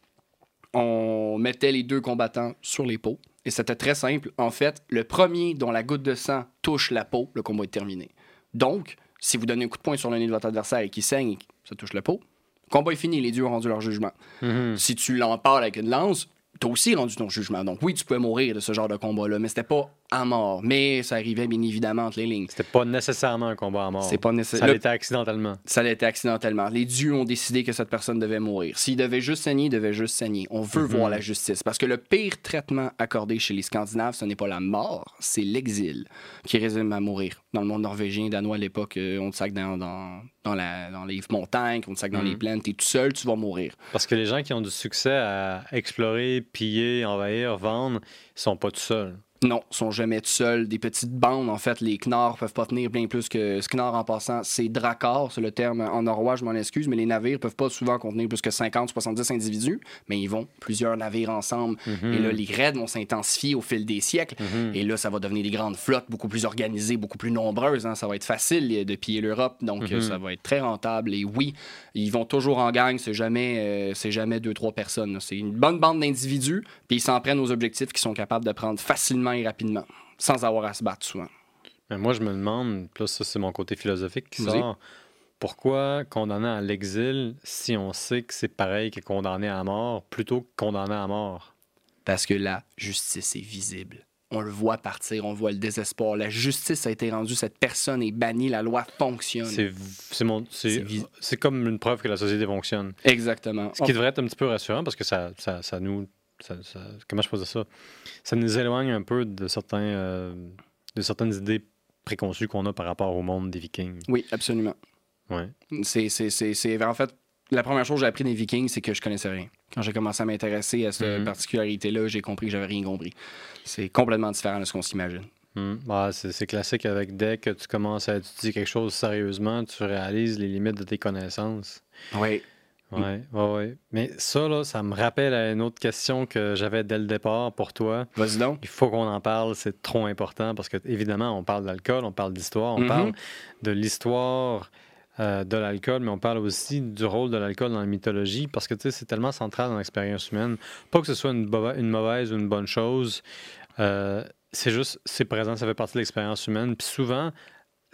S2: On mettait les deux combattants sur les pots. Et c'était très simple. En fait, le premier dont la goutte de sang touche la peau, le combat est terminé. Donc, si vous donnez un coup de poing sur le nez de votre adversaire et qu'il saigne et que ça touche la peau, le combat est fini, les dieux ont rendu leur jugement.
S1: Mhm.
S2: Si tu l'empales avec une lance, t'as aussi rendu ton jugement. Donc oui, tu pouvais mourir de ce genre de combat-là, mais c'était pas à mort. Mais ça arrivait bien évidemment entre les lignes.
S1: C'était pas nécessairement un combat à mort.
S2: C'est pas nécessaire.
S1: Ça
S2: Le-
S1: l'était accidentellement.
S2: Ça l'était accidentellement. Les dieux ont décidé que cette personne devait mourir. S'il devait juste saigner, il devait juste saigner. On veut
S1: Mhm.
S2: voir la justice. Parce que le pire traitement accordé chez les Scandinaves, ce n'est pas la mort, c'est l'exil qui résume à mourir. Dans le monde norvégien, danois à l'époque, euh, on te sac dans, dans, dans, la, dans les montagnes, on te sac dans
S1: Mhm.
S2: les plaines. T'es tout seul, tu vas mourir.
S1: Parce que les gens qui ont du succès à explorer, piller, envahir, vendre, ils sont pas tout seuls.
S2: Non, ils sont jamais tout seuls. Des petites bandes, en fait, les Knarrs peuvent pas tenir bien plus que... Ce Knarr, en passant, c'est Drakkar, c'est le terme en norrois, je m'en excuse, mais les navires peuvent pas souvent contenir plus que cinquante soixante-dix individus, mais ils vont plusieurs navires ensemble.
S1: Mhm.
S2: Et là, les raids vont s'intensifier au fil des siècles.
S1: Mhm.
S2: Et là, ça va devenir des grandes flottes, beaucoup plus organisées, beaucoup plus nombreuses. Hein. Ça va être facile de piller l'Europe, donc
S1: Mhm.
S2: euh, ça va être très rentable. Et oui, ils vont toujours en gang, c'est jamais, euh, c'est jamais deux, trois personnes. là. C'est une bonne bande d'individus, puis ils s'en prennent aux objectifs qu'ils sont capables de prendre facilement et rapidement, sans avoir à se battre souvent.
S1: Mais moi, je me demande, puis là, ça, c'est mon côté philosophique qui
S2: Vas-y.
S1: sort. Pourquoi condamner à l'exil si on sait que c'est pareil que condamner à mort plutôt que condamner à mort?
S2: Parce que la justice est visible. On le voit partir, on voit le désespoir. La justice a été rendue, cette personne est bannie, la loi fonctionne.
S1: C'est, c'est, mon,
S2: C'est
S1: c'est,
S2: vis-
S1: c'est comme une preuve que la société fonctionne.
S2: Exactement.
S1: Ce qui devrait être un petit peu rassurant parce que ça, ça, ça nous... ça- ça- comment je peux dire ça? Ça nous éloigne un peu de, certains, euh, de certaines idées préconçues qu'on a par rapport au monde des Vikings.
S2: Oui, absolument.
S1: Ouais.
S2: C'est, c'est, c'est, c'est- en fait, la première chose que j'ai appris des Vikings, c'est que je connaissais rien. Quand j'ai commencé à m'intéresser à cette
S1: Mhm.
S2: particularité-là, j'ai compris que j'avais rien compris. C'est complètement différent de ce qu'on s'imagine.
S1: Hmm. Bah, c'est, c'est classique avec dès que tu commences à étudier quelque chose sérieusement, tu réalises les limites de tes connaissances.
S2: Oui.
S1: Ouais, ouais, ouais. Mais ça, là, ça me rappelle à une autre question que j'avais dès le départ pour toi.
S2: Vas-y donc.
S1: Il faut qu'on en parle, c'est trop important parce que, évidemment, on parle d'alcool, on parle d'histoire, on
S2: Mhm.
S1: parle de l'histoire euh, de l'alcool, mais on parle aussi du rôle de l'alcool dans la mythologie parce que, tu sais, c'est tellement central dans l'expérience humaine. Pas que ce soit une, bova- une mauvaise ou une bonne chose, euh, c'est juste, c'est présent, ça fait partie de l'expérience humaine. Puis souvent,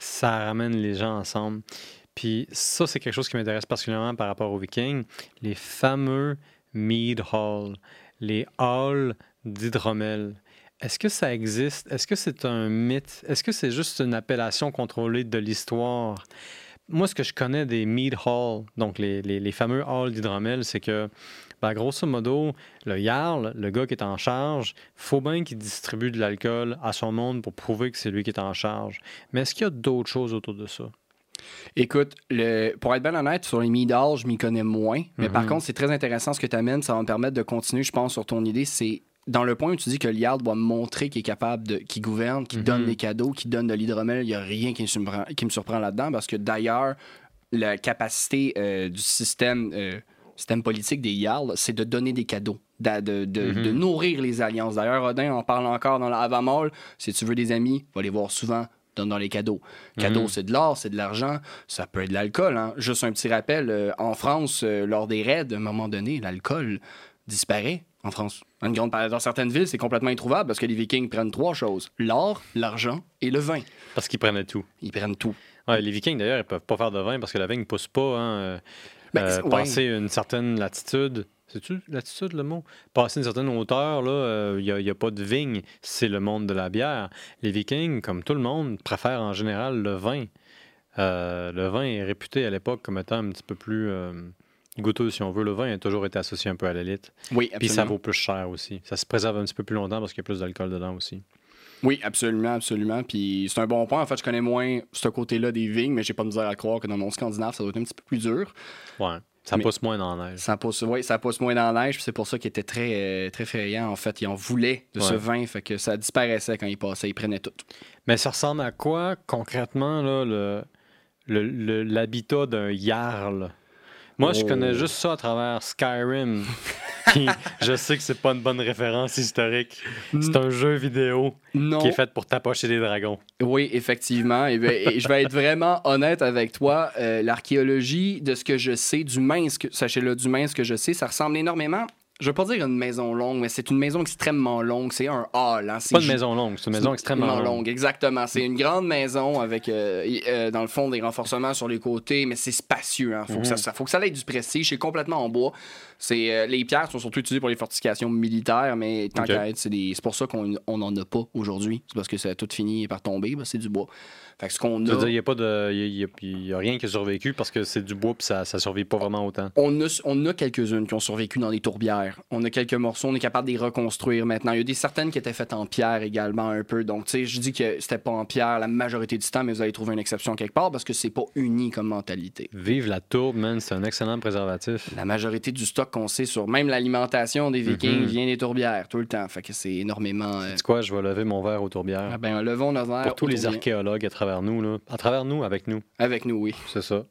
S1: ça ramène les gens ensemble. Puis ça, c'est quelque chose qui m'intéresse particulièrement par rapport aux Vikings. Les fameux mead halls, les halls d'hydromel. Est-ce que ça existe? Est-ce que c'est un mythe? Est-ce que c'est juste une appellation contrôlée de l'histoire? Moi, ce que je connais des mead halls, donc les, les, les fameux halls d'hydromel, c'est que, ben, grosso modo, le Jarl, le gars qui est en charge, faut bien qu'il distribue de l'alcool à son monde pour prouver que c'est lui qui est en charge. Mais est-ce qu'il y a d'autres choses autour de ça?
S2: Écoute, le, pour être bien honnête, sur les mead halls, je m'y connais moins. Mais
S1: Mhm.
S2: par contre, c'est très intéressant ce que tu amènes. Ça va me permettre de continuer, je pense, sur ton idée. C'est dans le point où tu dis que le Jarl doit montrer qu'il est capable, de, qu'il gouverne, qu'il
S1: Mhm.
S2: donne des cadeaux, qu'il donne de l'hydromel. Il n'y a rien qui me surprend, qui me surprend là-dedans parce que d'ailleurs, la capacité euh, du système, euh, système politique des Jarls, c'est de donner des cadeaux, de, de, de,
S1: Mhm.
S2: de nourrir les alliances. D'ailleurs, Odin en parle encore dans l'Avamol. Si tu veux des amis, va les voir souvent. Donne dans les cadeaux. Cadeaux,
S1: Mhm.
S2: c'est de l'or, c'est de l'argent, ça peut être de l'alcool. Hein. Juste un petit rappel, euh, en France, euh, lors des raids, à un moment donné, l'alcool disparaît en France. Dans, une grande, dans certaines villes, c'est complètement introuvable parce que les Vikings prennent trois choses. L'or, l'argent et le vin.
S1: Parce qu'ils prenaient tout.
S2: Ils prennent tout.
S1: Ouais, les Vikings, d'ailleurs, ils peuvent pas faire de vin parce que la vigne ne pousse pas. Hein, euh,
S2: Ben,
S1: euh,
S2: c'est- ouais.
S1: passer une certaine latitude. C'est-tu latitude le mot? Passer une certaine hauteur, là, il n'y a, a pas de vigne. C'est le monde de la bière. Les Vikings, comme tout le monde, préfèrent en général le vin. Euh, le vin est réputé à l'époque comme étant un petit peu plus euh, goûteux, si on veut. Le vin a toujours été associé un peu à l'élite.
S2: Oui,
S1: Puis ça
S2: absolument.
S1: vaut plus cher aussi. Ça se préserve un petit peu plus longtemps parce qu'il y a plus d'alcool dedans aussi.
S2: Oui, absolument, absolument. Puis c'est un bon point. En fait, je connais moins ce côté-là des vignes, mais j'ai pas de misère à croire que dans mon Scandinave, ça doit être un petit peu plus dur.
S1: Ouais. Ça
S2: Mais-
S1: pousse moins dans la neige.
S2: Ça pousse, oui, ça pousse moins dans la neige, puis c'est pour ça qu'il était très, euh, très effrayant. En fait, il en voulait de ce
S1: Ouais.
S2: vin, fait que ça disparaissait quand il passait, il prenait tout.
S1: Mais ça ressemble à quoi, concrètement, là, le, le- le- l'habitat d'un Jarl? Moi, je
S2: Oh.
S1: connais juste ça à travers Skyrim. Puis je sais que c'est pas une bonne référence historique. C'est un jeu vidéo
S2: Non.
S1: qui est fait pour tapocher des dragons.
S2: Oui, effectivement. Et, ben, et je vais être vraiment honnête avec toi. Euh, l'archéologie, de ce que je sais, du mince, que, sachez-le, du mince que je sais, ça ressemble énormément. Je veux pas dire une maison longue, mais c'est une maison extrêmement longue. C'est un hall. Hein. C'est
S1: Pas une
S2: ju-
S1: maison longue, c'est une maison extrêmement longue.
S2: Exactement. C'est une grande maison avec, euh, y- euh, dans le fond, des renforcements sur les côtés, mais c'est spacieux. Hein. Faut, que ça, ça- faut que ça ait du prestige. C'est complètement en bois. C'est, euh, les pierres sont surtout utilisées pour les fortifications militaires, mais tant
S1: Ok.
S2: qu'à être, c'est, des- c'est pour ça qu'on n'en a pas aujourd'hui. C'est parce que ça a tout fini par tomber. Ben, c'est du bois. Fait que ce qu'on
S1: Je veux
S2: a...
S1: dire, il n'y a, pas de- il y a- il y a- il y a rien qui a survécu parce que c'est du bois et ça ne survit pas vraiment autant.
S2: On a, on a quelques-unes qui ont survécu dans des tourbières. On a quelques morceaux, on est capable de les reconstruire maintenant. Il y a des certaines qui étaient faites en pierre également un peu. Donc, tu sais, je dis que c'était pas en pierre la majorité du temps, mais vous allez trouver une exception quelque part parce que c'est pas uni comme mentalité.
S1: Vive la tourbe, man, c'est un excellent préservatif.
S2: La majorité du stock qu'on sait sur même l'alimentation des Vikings
S1: Mhm.
S2: vient des tourbières tout le temps. Fait que c'est énormément. euh,
S1: C'est quoi, je vais lever mon verre aux tourbières.
S2: Ah ben, levons notre verre
S1: Pour tous
S2: aux
S1: les
S2: tourbières.
S1: archéologues à travers nous, là. À travers nous, avec nous.
S2: Avec nous, oui.
S1: C'est ça.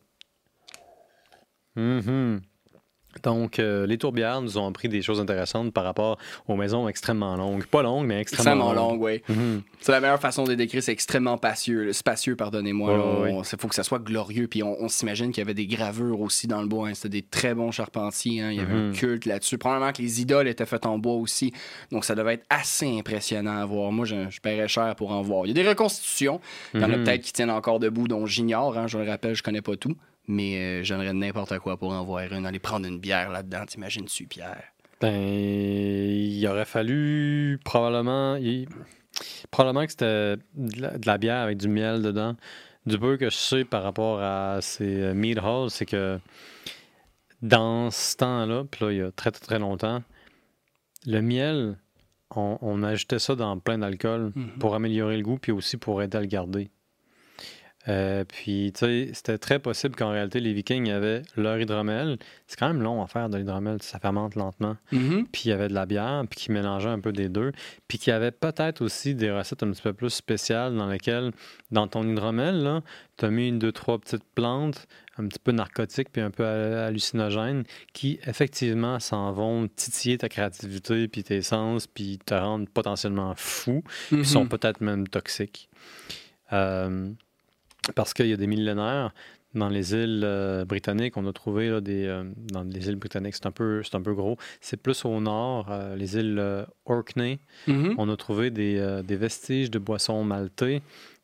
S1: Mhm. Donc, euh, les tourbières nous ont appris des choses intéressantes par rapport aux maisons extrêmement longues. Pas longues, mais extrêmement,
S2: Extrêmement
S1: longues.
S2: longue, oui.
S1: Mhm.
S2: C'est la meilleure façon de les décrire, c'est extrêmement spacieux. là. Spacieux, pardonnez-moi.
S1: Ouais,
S2: là.
S1: ouais,
S2: On- Il faut que ça soit glorieux. Puis on, on s'imagine qu'il y avait des gravures aussi dans le bois. hein. C'était des très bons charpentiers. hein. Il y avait
S1: Mhm.
S2: un culte là-dessus. Probablement que les idoles étaient faites en bois aussi. Donc ça devait être assez impressionnant à voir. Moi, je, je paierais cher pour en voir. Il y a des reconstitutions. Il y en a
S1: Mhm.
S2: peut-être qui tiennent encore debout, dont j'ignore. hein. Je le rappelle, je connais pas tout. Mais euh, j'aimerais n'importe quoi pour en voir une. Aller prendre une bière là-dedans. T'imagines-tu, Pierre?
S1: Ben, il aurait fallu probablement... il- Probablement que c'était de la, de la bière avec du miel dedans. Du peu que je sais par rapport à ces euh, mead halls, c'est que dans ce temps-là, puis là, il y a très, très, très longtemps, le miel, on, on ajoutait ça dans plein d'alcool
S2: Mhm.
S1: pour améliorer le goût, puis aussi pour aider à le garder. Euh, puis, tu sais, c'était très possible qu'en réalité, les Vikings avaient leur hydromel. C'est quand même long à faire de l'hydromel, ça fermente lentement.
S2: Mhm.
S1: Puis il y avait de la bière, puis qui mélangeait un peu des deux. Puis qu'il y avait peut-être aussi des recettes un petit peu plus spéciales dans lesquelles, dans ton hydromel, là, tu as mis une, deux, trois petites plantes, un petit peu narcotiques, puis un peu ha- hallucinogènes, qui effectivement s'en vont titiller ta créativité, puis tes sens, puis te rendre potentiellement fou, puis sont
S2: Mhm.
S1: peut-être même toxiques. Euh, parce qu'il y a des millénaires, dans les îles euh, britanniques, on a trouvé là, des. euh, dans les îles britanniques, c'est un peu, c'est un peu gros. C'est plus au nord, euh, les îles euh, Orkney.
S2: Mhm.
S1: On a trouvé des, euh, des vestiges de boissons maltées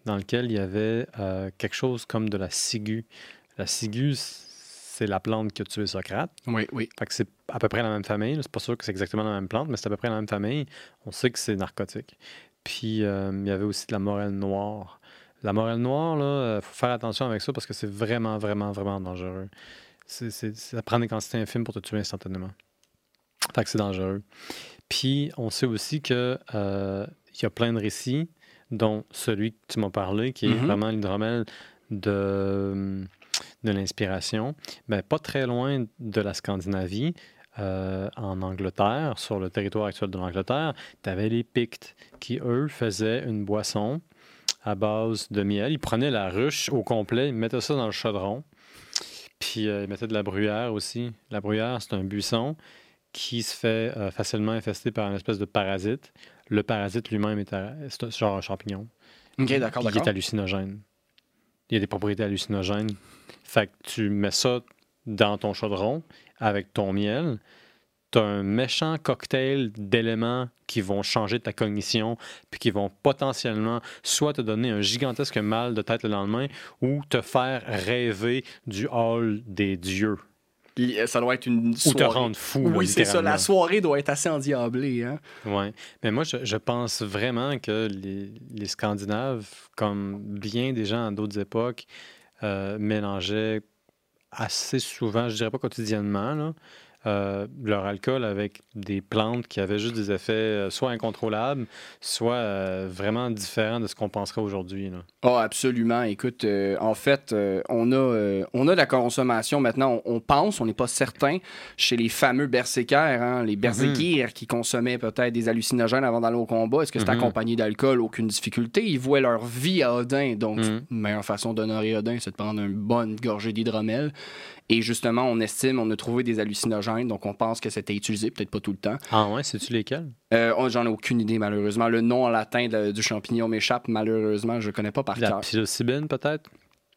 S1: dans lequel il y avait euh, quelque chose comme de la ciguë. La ciguë, c'est la plante qui a tué Socrate.
S2: Oui, oui.
S1: Fait que c'est à peu près la même famille. là. C'est pas sûr que c'est exactement la même plante, mais c'est à peu près la même famille. On sait que c'est narcotique. Puis, euh, il y avait aussi de la morelle noire. La morelle noire, il faut faire attention avec ça parce que c'est vraiment, vraiment, vraiment dangereux. C'est, c'est- ça prend des quantités infimes pour te tuer instantanément. Fait que c'est dangereux. Puis, on sait aussi que euh, il y a plein de récits, dont celui que tu m'as parlé, qui est
S2: Mhm.
S1: vraiment l'hydromel de, de l'inspiration. Ben, pas très loin de la Scandinavie, euh, en Angleterre, sur le territoire actuel de l'Angleterre, tu avais les Pictes, qui, eux, faisaient une boisson à base de miel. Ils prenaient la ruche au complet, ils mettaient ça dans le chaudron, puis euh, ils mettaient de la bruyère aussi. La bruyère, c'est un buisson qui se fait euh, facilement infester par une espèce de parasite. Le parasite lui-même est, à- c'est un- genre un champignon.
S2: OK,
S1: Puis
S2: d'accord,
S1: il est
S2: d'accord.
S1: hallucinogène. Il y a des propriétés hallucinogènes. Fait que tu mets ça dans ton chaudron avec ton miel. Tu as un méchant cocktail d'éléments qui vont changer ta cognition puis qui vont potentiellement soit te donner un gigantesque mal de tête le lendemain ou te faire rêver du hall des dieux
S2: Li- Ça doit être une
S1: ou te
S2: soirée.
S1: rendre fou, là,
S2: Oui, c'est ça. La
S1: littéralement.
S2: soirée doit être assez endiablée. Hein?
S1: Ouais. Mais moi, je, je pense vraiment que les, les Scandinaves, comme bien des gens à d'autres époques, euh, mélangeaient assez souvent, je dirais pas quotidiennement, là, euh, leur alcool avec des plantes qui avaient juste des effets euh, soit incontrôlables, soit euh, vraiment différents de ce qu'on penserait aujourd'hui. là.
S2: Ah, absolument. Écoute, euh, en fait, euh, on, a, euh, on a de la consommation maintenant. On, on pense, on n'est pas certain, chez les fameux berserkers, hein, les berserkers qui consommaient peut-être des hallucinogènes avant d'aller au combat. Est-ce que c'est
S1: Mhm.
S2: accompagné d'alcool? Aucune difficulté. Ils vouaient leur vie à Odin. Donc,
S1: Mhm.
S2: la meilleure façon d'honorer Odin, c'est de prendre une bonne gorgée d'hydromel. Et justement, on estime, on a trouvé des hallucinogènes, donc on pense que c'était utilisé, peut-être pas tout le temps.
S1: Ah ouais, sais-tu lesquels?
S2: Euh, oh, j'en ai aucune idée, malheureusement. Le nom en latin de- du champignon m'échappe, malheureusement, je le connais pas par
S1: La
S2: cœur.
S1: psilocybine, peut-être?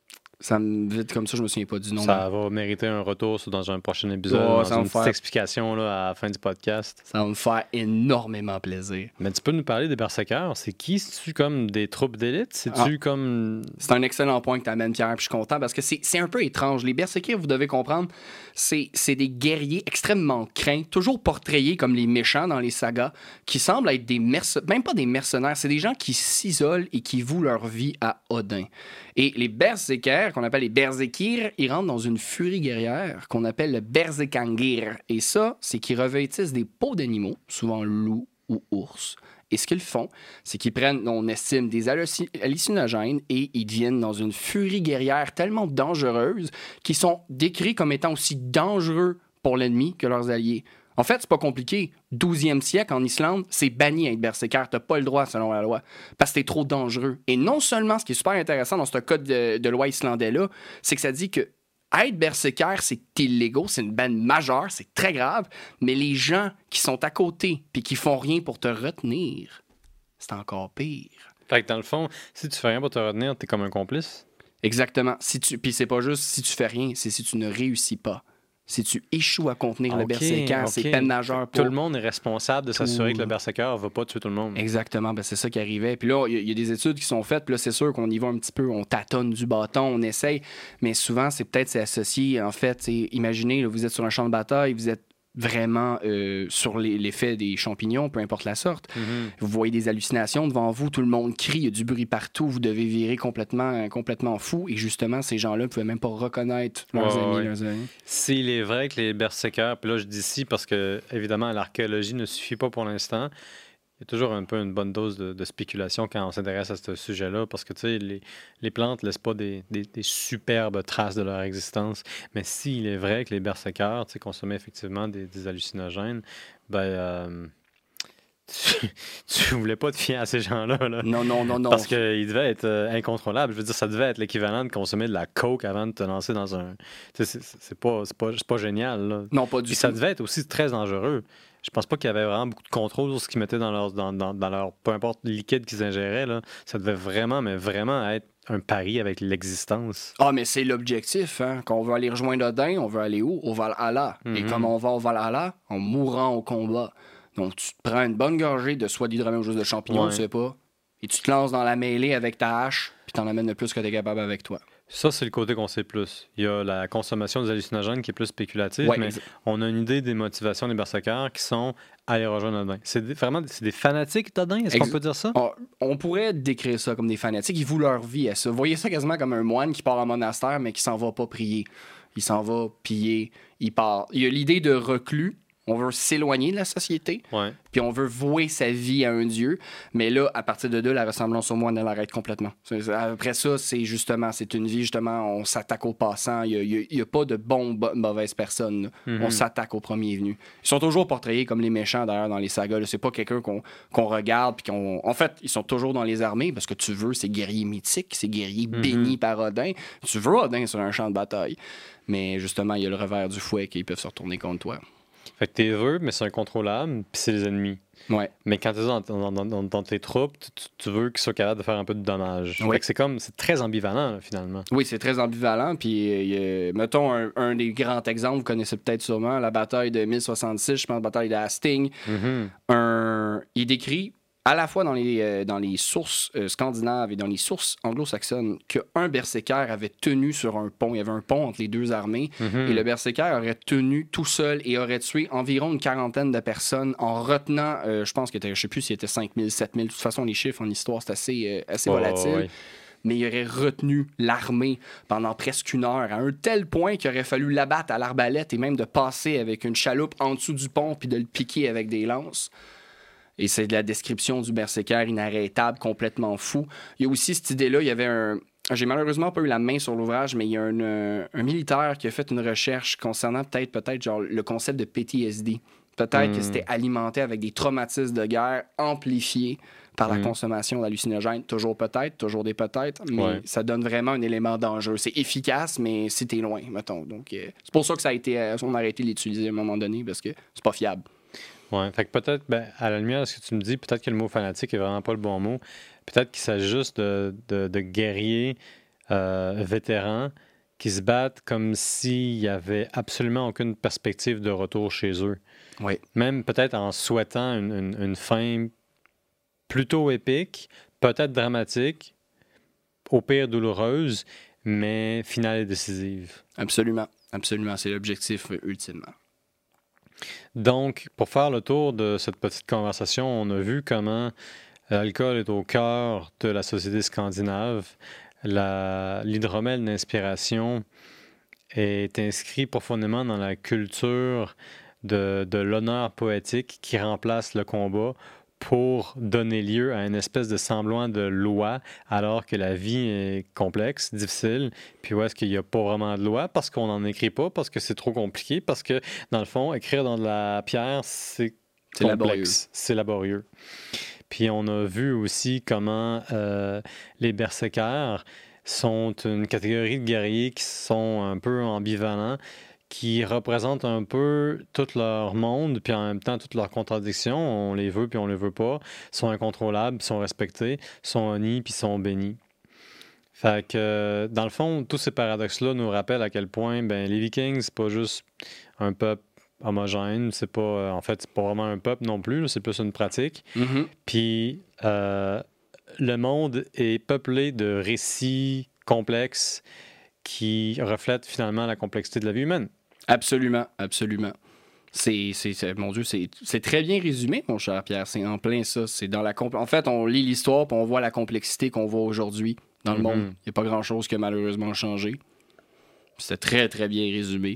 S2: Ça me vite comme ça, je me souviens pas du nom.
S1: Ça va mériter un retour sur- dans un prochain épisode,
S2: Oh,
S1: dans
S2: ça va
S1: une
S2: me
S1: petite
S2: faire-
S1: explication là, à la fin du podcast.
S2: Ça va me faire énormément plaisir.
S1: Mais tu peux nous parler des berserkers? C'est qui? C'est-tu comme des troupes d'élite? C'est-tu
S2: Ah.
S1: comme...
S2: C'est un excellent point que tu amènes, Pierre, puis je suis content parce que c'est c'est un peu étrange. Les berserkers, vous devez comprendre, c'est c'est des guerriers extrêmement craints, toujours portrayés comme les méchants dans les sagas, qui semblent être des mercenaires, même pas des mercenaires, c'est des gens qui s'isolent et qui vouent leur vie à Odin. Et les berserkers, qu'on appelle les berserkirs, ils rentrent dans une furie guerrière qu'on appelle le berserkangir. Et ça, c'est qu'ils revêtissent des peaux d'animaux, souvent loups ou ours. Et ce qu'ils font, c'est qu'ils prennent, on estime, des halluci- hallucinogènes et ils deviennent dans une furie guerrière tellement dangereuse qu'ils sont décrits comme étant aussi dangereux pour l'ennemi que leurs alliés. En fait, c'est pas compliqué. douzième siècle, en Islande, c'est banni d'être berserker. T'as pas le droit, selon la loi, parce que t'es trop dangereux. Et non seulement, ce qui est super intéressant dans ce code de, de loi islandais-là, c'est que ça dit que être berserker, c'est illégal, c'est une banne majeure, c'est très grave, mais les gens qui sont à côté puis qui font rien pour te retenir, c'est encore pire.
S1: Fait que dans le fond, si tu fais rien pour te retenir, t'es comme un complice?
S2: Exactement. Si tu... Puis c'est pas juste si tu fais rien, c'est si tu ne réussis pas. Si tu échoues à contenir le
S1: Ok,
S2: berserker,
S1: ok.
S2: c'est peine majeure pour...
S1: Tout le monde est responsable de s'assurer que le berserker va pas tuer tout le monde.
S2: Exactement, ben c'est ça qui arrivait. Puis là, il y, a- il y a des études qui sont faites, puis là, c'est sûr qu'on y va un petit peu, on tâtonne du bâton, on essaye, mais souvent, c'est peut-être c'est associé, en fait, c'est- imaginez, là, vous êtes sur un champ de bataille, vous êtes vraiment euh, sur les- l'effet des champignons, peu importe la sorte.
S1: Mhm.
S2: Vous voyez des hallucinations devant vous, tout le monde crie, il y a du bruit partout, vous devez virer complètement, complètement fou, et justement, ces gens-là ne pouvaient même pas reconnaître leurs
S1: Ouais,
S2: amis,
S1: ouais.
S2: leurs amis.
S1: S'il est vrai que les berserkers, puis là je dis ci parce que évidemment l'archéologie ne suffit pas pour l'instant, il y a toujours un peu une bonne dose de, de spéculation quand on s'intéresse à ce sujet-là, parce que tu sais, les, les plantes laissent pas des, des- des superbes traces de leur existence. Mais s'il est vrai que les berserkers, tu sais, consommaient effectivement des, des hallucinogènes, ben euh, tu, tu voulais pas te fier à ces gens-là, là.
S2: Non, non, non, non.
S1: Parce qu'ils devaient être euh, incontrôlables. Je veux dire, ça devait être l'équivalent de consommer de la coke avant de te lancer dans un... Tu sais, c'est- c'est c'est pas, c'est pas, c'est pas génial, là.
S2: Non, pas du
S1: Puis
S2: tout.
S1: ça devait être aussi très dangereux. Je pense pas qu'il y avait vraiment beaucoup de contrôle sur ce qu'ils mettaient dans leur, dans, dans, dans leur peu importe liquide qu'ils ingéraient, là. Ça devait vraiment, mais vraiment être un pari avec l'existence.
S2: Ah, mais c'est l'objectif, hein. Quand on veut aller rejoindre Odin, on veut aller où? Au Valhalla. Et
S1: Mhm.
S2: comme on va au Valhalla, en mourant au combat. Donc, tu te prends une bonne gorgée de soit d'hydromel ou juste de champignons,
S1: Ouais.
S2: tu sais pas. et tu te lances dans la mêlée avec ta hache, puis t'en amènes le plus que t'es capable avec toi.
S1: Ça, c'est le côté qu'on sait plus. Il y a la consommation des hallucinogènes qui est plus spéculative,
S2: Ouais,
S1: mais
S2: exa-
S1: on a une idée des motivations des berserkers qui sont aller rejoindre Odin. C'est des- vraiment c'est des fanatiques d'Odin, est-ce
S2: Ex-
S1: qu'on peut dire ça?
S2: On, on pourrait décrire ça comme des fanatiques. Ils vouent leur vie à ça. Vous voyez ça quasiment comme un moine qui part en monastère, mais qui s'en va pas prier. Il s'en va piller. Il part. Il y a l'idée de reclus. On veut s'éloigner de la société,
S1: Ouais.
S2: puis on veut vouer sa vie à un dieu. Mais là, à partir de là, la ressemblance au moine, elle arrête complètement. C'est- c'est- Après ça, c'est justement, c'est une vie, justement, on s'attaque aux passants. Il n'y a, a pas de bonnes, bo- mauvaises personnes. là.
S1: Mhm.
S2: On s'attaque aux premiers venus. Ils sont toujours portrayés comme les méchants, d'ailleurs, dans les sagas. là. C'est pas quelqu'un qu'on qu'on regarde, puis qu'on... En fait, ils sont toujours dans les armées, parce que tu veux ces guerriers mythiques, ces guerriers
S1: Mhm.
S2: bénis par Odin. Tu veux Odin sur un champ de bataille. Mais justement, il y a le revers du fouet qu'ils peuvent se retourner contre toi.
S1: Fait que t'es veux, mais c'est incontrôlable, puis c'est les ennemis.
S2: Ouais.
S1: Mais quand t'es dans, dans, dans- dans- dans tes troupes, tu, tu veux qu'ils soient capables de faire un peu de dommage.
S2: Oui.
S1: Fait que c'est comme, c'est très ambivalent, là, finalement.
S2: Oui, c'est très ambivalent. Puis, euh, mettons un, un des grands exemples, vous connaissez peut-être sûrement, la bataille de mille soixante-six, je pense, la bataille de Hastings.
S1: Mhm.
S2: Un... Il décrit à la fois dans les, euh, dans les sources euh, scandinaves et dans les sources anglo-saxonnes qu'un berserker avait tenu sur un pont. Il y avait un pont entre les deux armées.
S1: Mhm.
S2: Et le berserker aurait tenu tout seul et aurait tué environ une quarantaine de personnes en retenant, euh, je pense que je ne sais plus s'il était cinq mille, sept mille. De toute façon, les chiffres en histoire, c'est assez, euh, assez
S1: Ouais,
S2: volatile.
S1: ouais, ouais.
S2: Mais il aurait retenu l'armée pendant presque une heure, à un tel point qu'il aurait fallu l'abattre à l'arbalète et même de passer avec une chaloupe en dessous du pont puis de le piquer avec des lances. Et c'est de la description du berserker inarrêtable, complètement fou. Il y a aussi cette idée-là, il y avait un... J'ai malheureusement pas eu la main sur l'ouvrage, mais il y a un, euh, un militaire qui a fait une recherche concernant peut-être peut-être genre le concept de P T S D. Peut-être
S1: Mm.
S2: que c'était alimenté avec des traumatismes de guerre amplifiés par la
S1: Mm.
S2: consommation d'hallucinogènes. Toujours peut-être, toujours des peut-être, mais
S1: Ouais.
S2: ça donne vraiment un élément dangereux. C'est efficace, mais si t'es loin, mettons. Donc, euh, c'est pour ça que ça a été... euh, on a arrêté de l'utiliser à un moment donné, parce que c'est pas fiable.
S1: Ouais, fait que peut-être, ben, à la lumière de ce que tu me dis, peut-être que le mot fanatique est vraiment pas le bon mot. Peut-être qu'il s'agit juste de, de, de guerriers euh, vétérans qui se battent comme s'il n'y avait absolument aucune perspective de retour chez eux.
S2: Oui.
S1: Même peut-être en souhaitant une, une- une fin plutôt épique, peut-être dramatique, au pire douloureuse, mais finale et décisive.
S2: Absolument. Absolument. C'est l'objectif, euh, ultimement.
S1: Donc, pour faire le tour de cette petite conversation, on a vu comment l'alcool est au cœur de la société scandinave. La- L'hydromel d'inspiration est inscrit profondément dans la culture de, de l'honneur poétique qui remplace le combat pour donner lieu à une espèce de semblant de loi, alors que la vie est complexe, difficile, puis où est-ce qu'il n'y a pas vraiment de loi, parce qu'on n'en écrit pas, parce que c'est trop compliqué, parce que, dans le fond, écrire dans de la pierre, c'est
S2: C'est laborieux.
S1: complexe, c'est laborieux. Puis on a vu aussi comment euh, les berserkers sont une catégorie de guerriers qui sont un peu ambivalents, qui représentent un peu tout leur monde, puis en même temps toutes leurs contradictions. On les veut, puis on les veut pas. Sont incontrôlables, puis sont respectés. Sont honnis, puis sont bénis. Fait que, euh, dans le fond, tous ces paradoxes-là nous rappellent à quel point ben, les Vikings, c'est pas juste un peuple homogène, c'est pas, euh, en fait, c'est pas vraiment un peuple non plus, là, c'est plus une pratique.
S2: Mhm.
S1: Puis, euh, le monde est peuplé de récits complexes qui reflètent finalement la complexité de la vie humaine.
S2: Absolument, absolument. C'est, c'est, c'est- mon Dieu, c'est, c'est très bien résumé, mon cher Pierre. C'est en plein ça. C'est dans la compl- En fait, on lit l'histoire puis on voit la complexité qu'on voit aujourd'hui dans le
S1: Mhm.
S2: monde. Il n'y a pas grand-chose qui a malheureusement changé. C'était très, très bien résumé.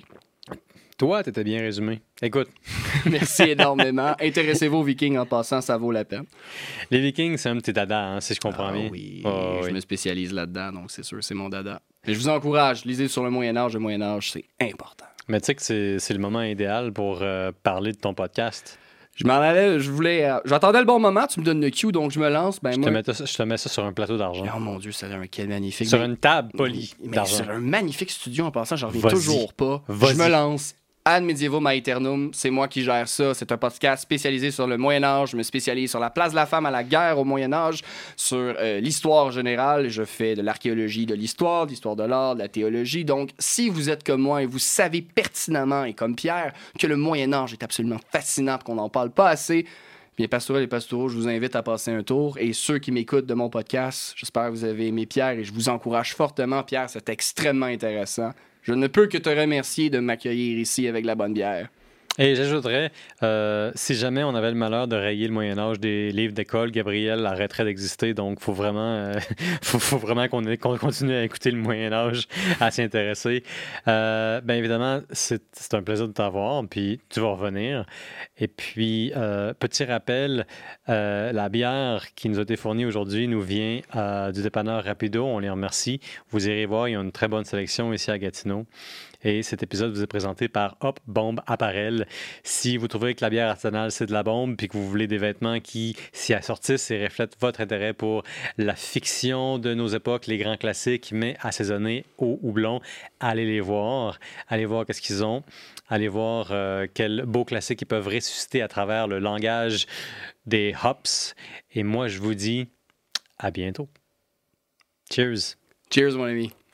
S1: Toi, t'étais bien résumé. Écoute,
S2: Merci énormément. Intéressez-vous aux Vikings en passant, ça vaut la peine.
S1: les Vikings, c'est un de tes dadas, hein, si je comprends
S2: Ah
S1: bien.
S2: oui,
S1: Ah
S2: je
S1: oui.
S2: me spécialise là-dedans, donc c'est sûr, c'est mon dada. Et je vous encourage, lisez sur le Moyen-Âge. Le Moyen-Âge, c'est important.
S1: Mais tu sais que c'est, c'est le moment idéal pour euh, parler de ton podcast.
S2: Je m'en allais, je voulais... euh, j'attendais le bon moment, tu me donnes le cue, donc je me lance. Ben
S1: Je,
S2: moi...
S1: te mets, ça- je te mets ça sur un plateau d'argent.
S2: Oh mon Dieu, c'est un quel magnifique.
S1: Sur
S2: Mais-
S1: une table polie
S2: mais
S1: d'argent.
S2: sur un magnifique studio en passant, j'en reviens
S1: Vas-y.
S2: toujours pas.
S1: Vas-y.
S2: Je me lance. Ad Medievum Aeternum, c'est moi qui gère ça. C'est un podcast spécialisé sur le Moyen-Âge. Je me spécialise sur la place de la femme à la guerre au Moyen-Âge, sur euh, l'histoire générale. Je fais de l'archéologie, de l'histoire, de l'histoire de l'art, de la théologie. Donc, si vous êtes comme moi et vous savez pertinemment, et comme Pierre, que le Moyen-Âge est absolument fascinant et qu'on n'en parle pas assez, Bien, Pastourelle et Pastoureau, je vous invite à passer un tour. Et ceux qui m'écoutent de mon podcast, j'espère que vous avez aimé Pierre et je vous encourage fortement. Pierre, c'est extrêmement intéressant. Je ne peux que te remercier de m'accueillir ici avec la bonne bière.
S1: Et j'ajouterais, euh, si jamais on avait le malheur de rayer le Moyen-Âge des livres d'école, Gabriel arrêterait d'exister. Donc, il faut vraiment, euh, faut, faut vraiment qu'on, ait, qu'on continue à écouter le Moyen-Âge, à s'y intéresser. Euh, bien évidemment, c'est, c'est un plaisir de t'avoir, puis tu vas revenir. Et puis, euh, petit rappel, euh, la bière qui nous a été fournie aujourd'hui nous vient euh, du dépanneur Rapido. On les remercie. Vous irez voir, il y a une très bonne sélection ici à Gatineau. Et cet épisode vous est présenté par Hop Bombe Apparel. Si vous trouvez que la bière artisanale, c'est de la bombe, puis que vous voulez des vêtements qui s'y assortissent et reflètent votre intérêt pour la fiction de nos époques, les grands classiques, mais assaisonnés au houblon, allez les voir. Allez voir qu'est-ce qu'ils ont. Allez voir euh, quels beaux classiques ils peuvent ressusciter à travers le langage des hops. Et moi, je vous dis à bientôt. Cheers!
S2: Cheers, mon ami!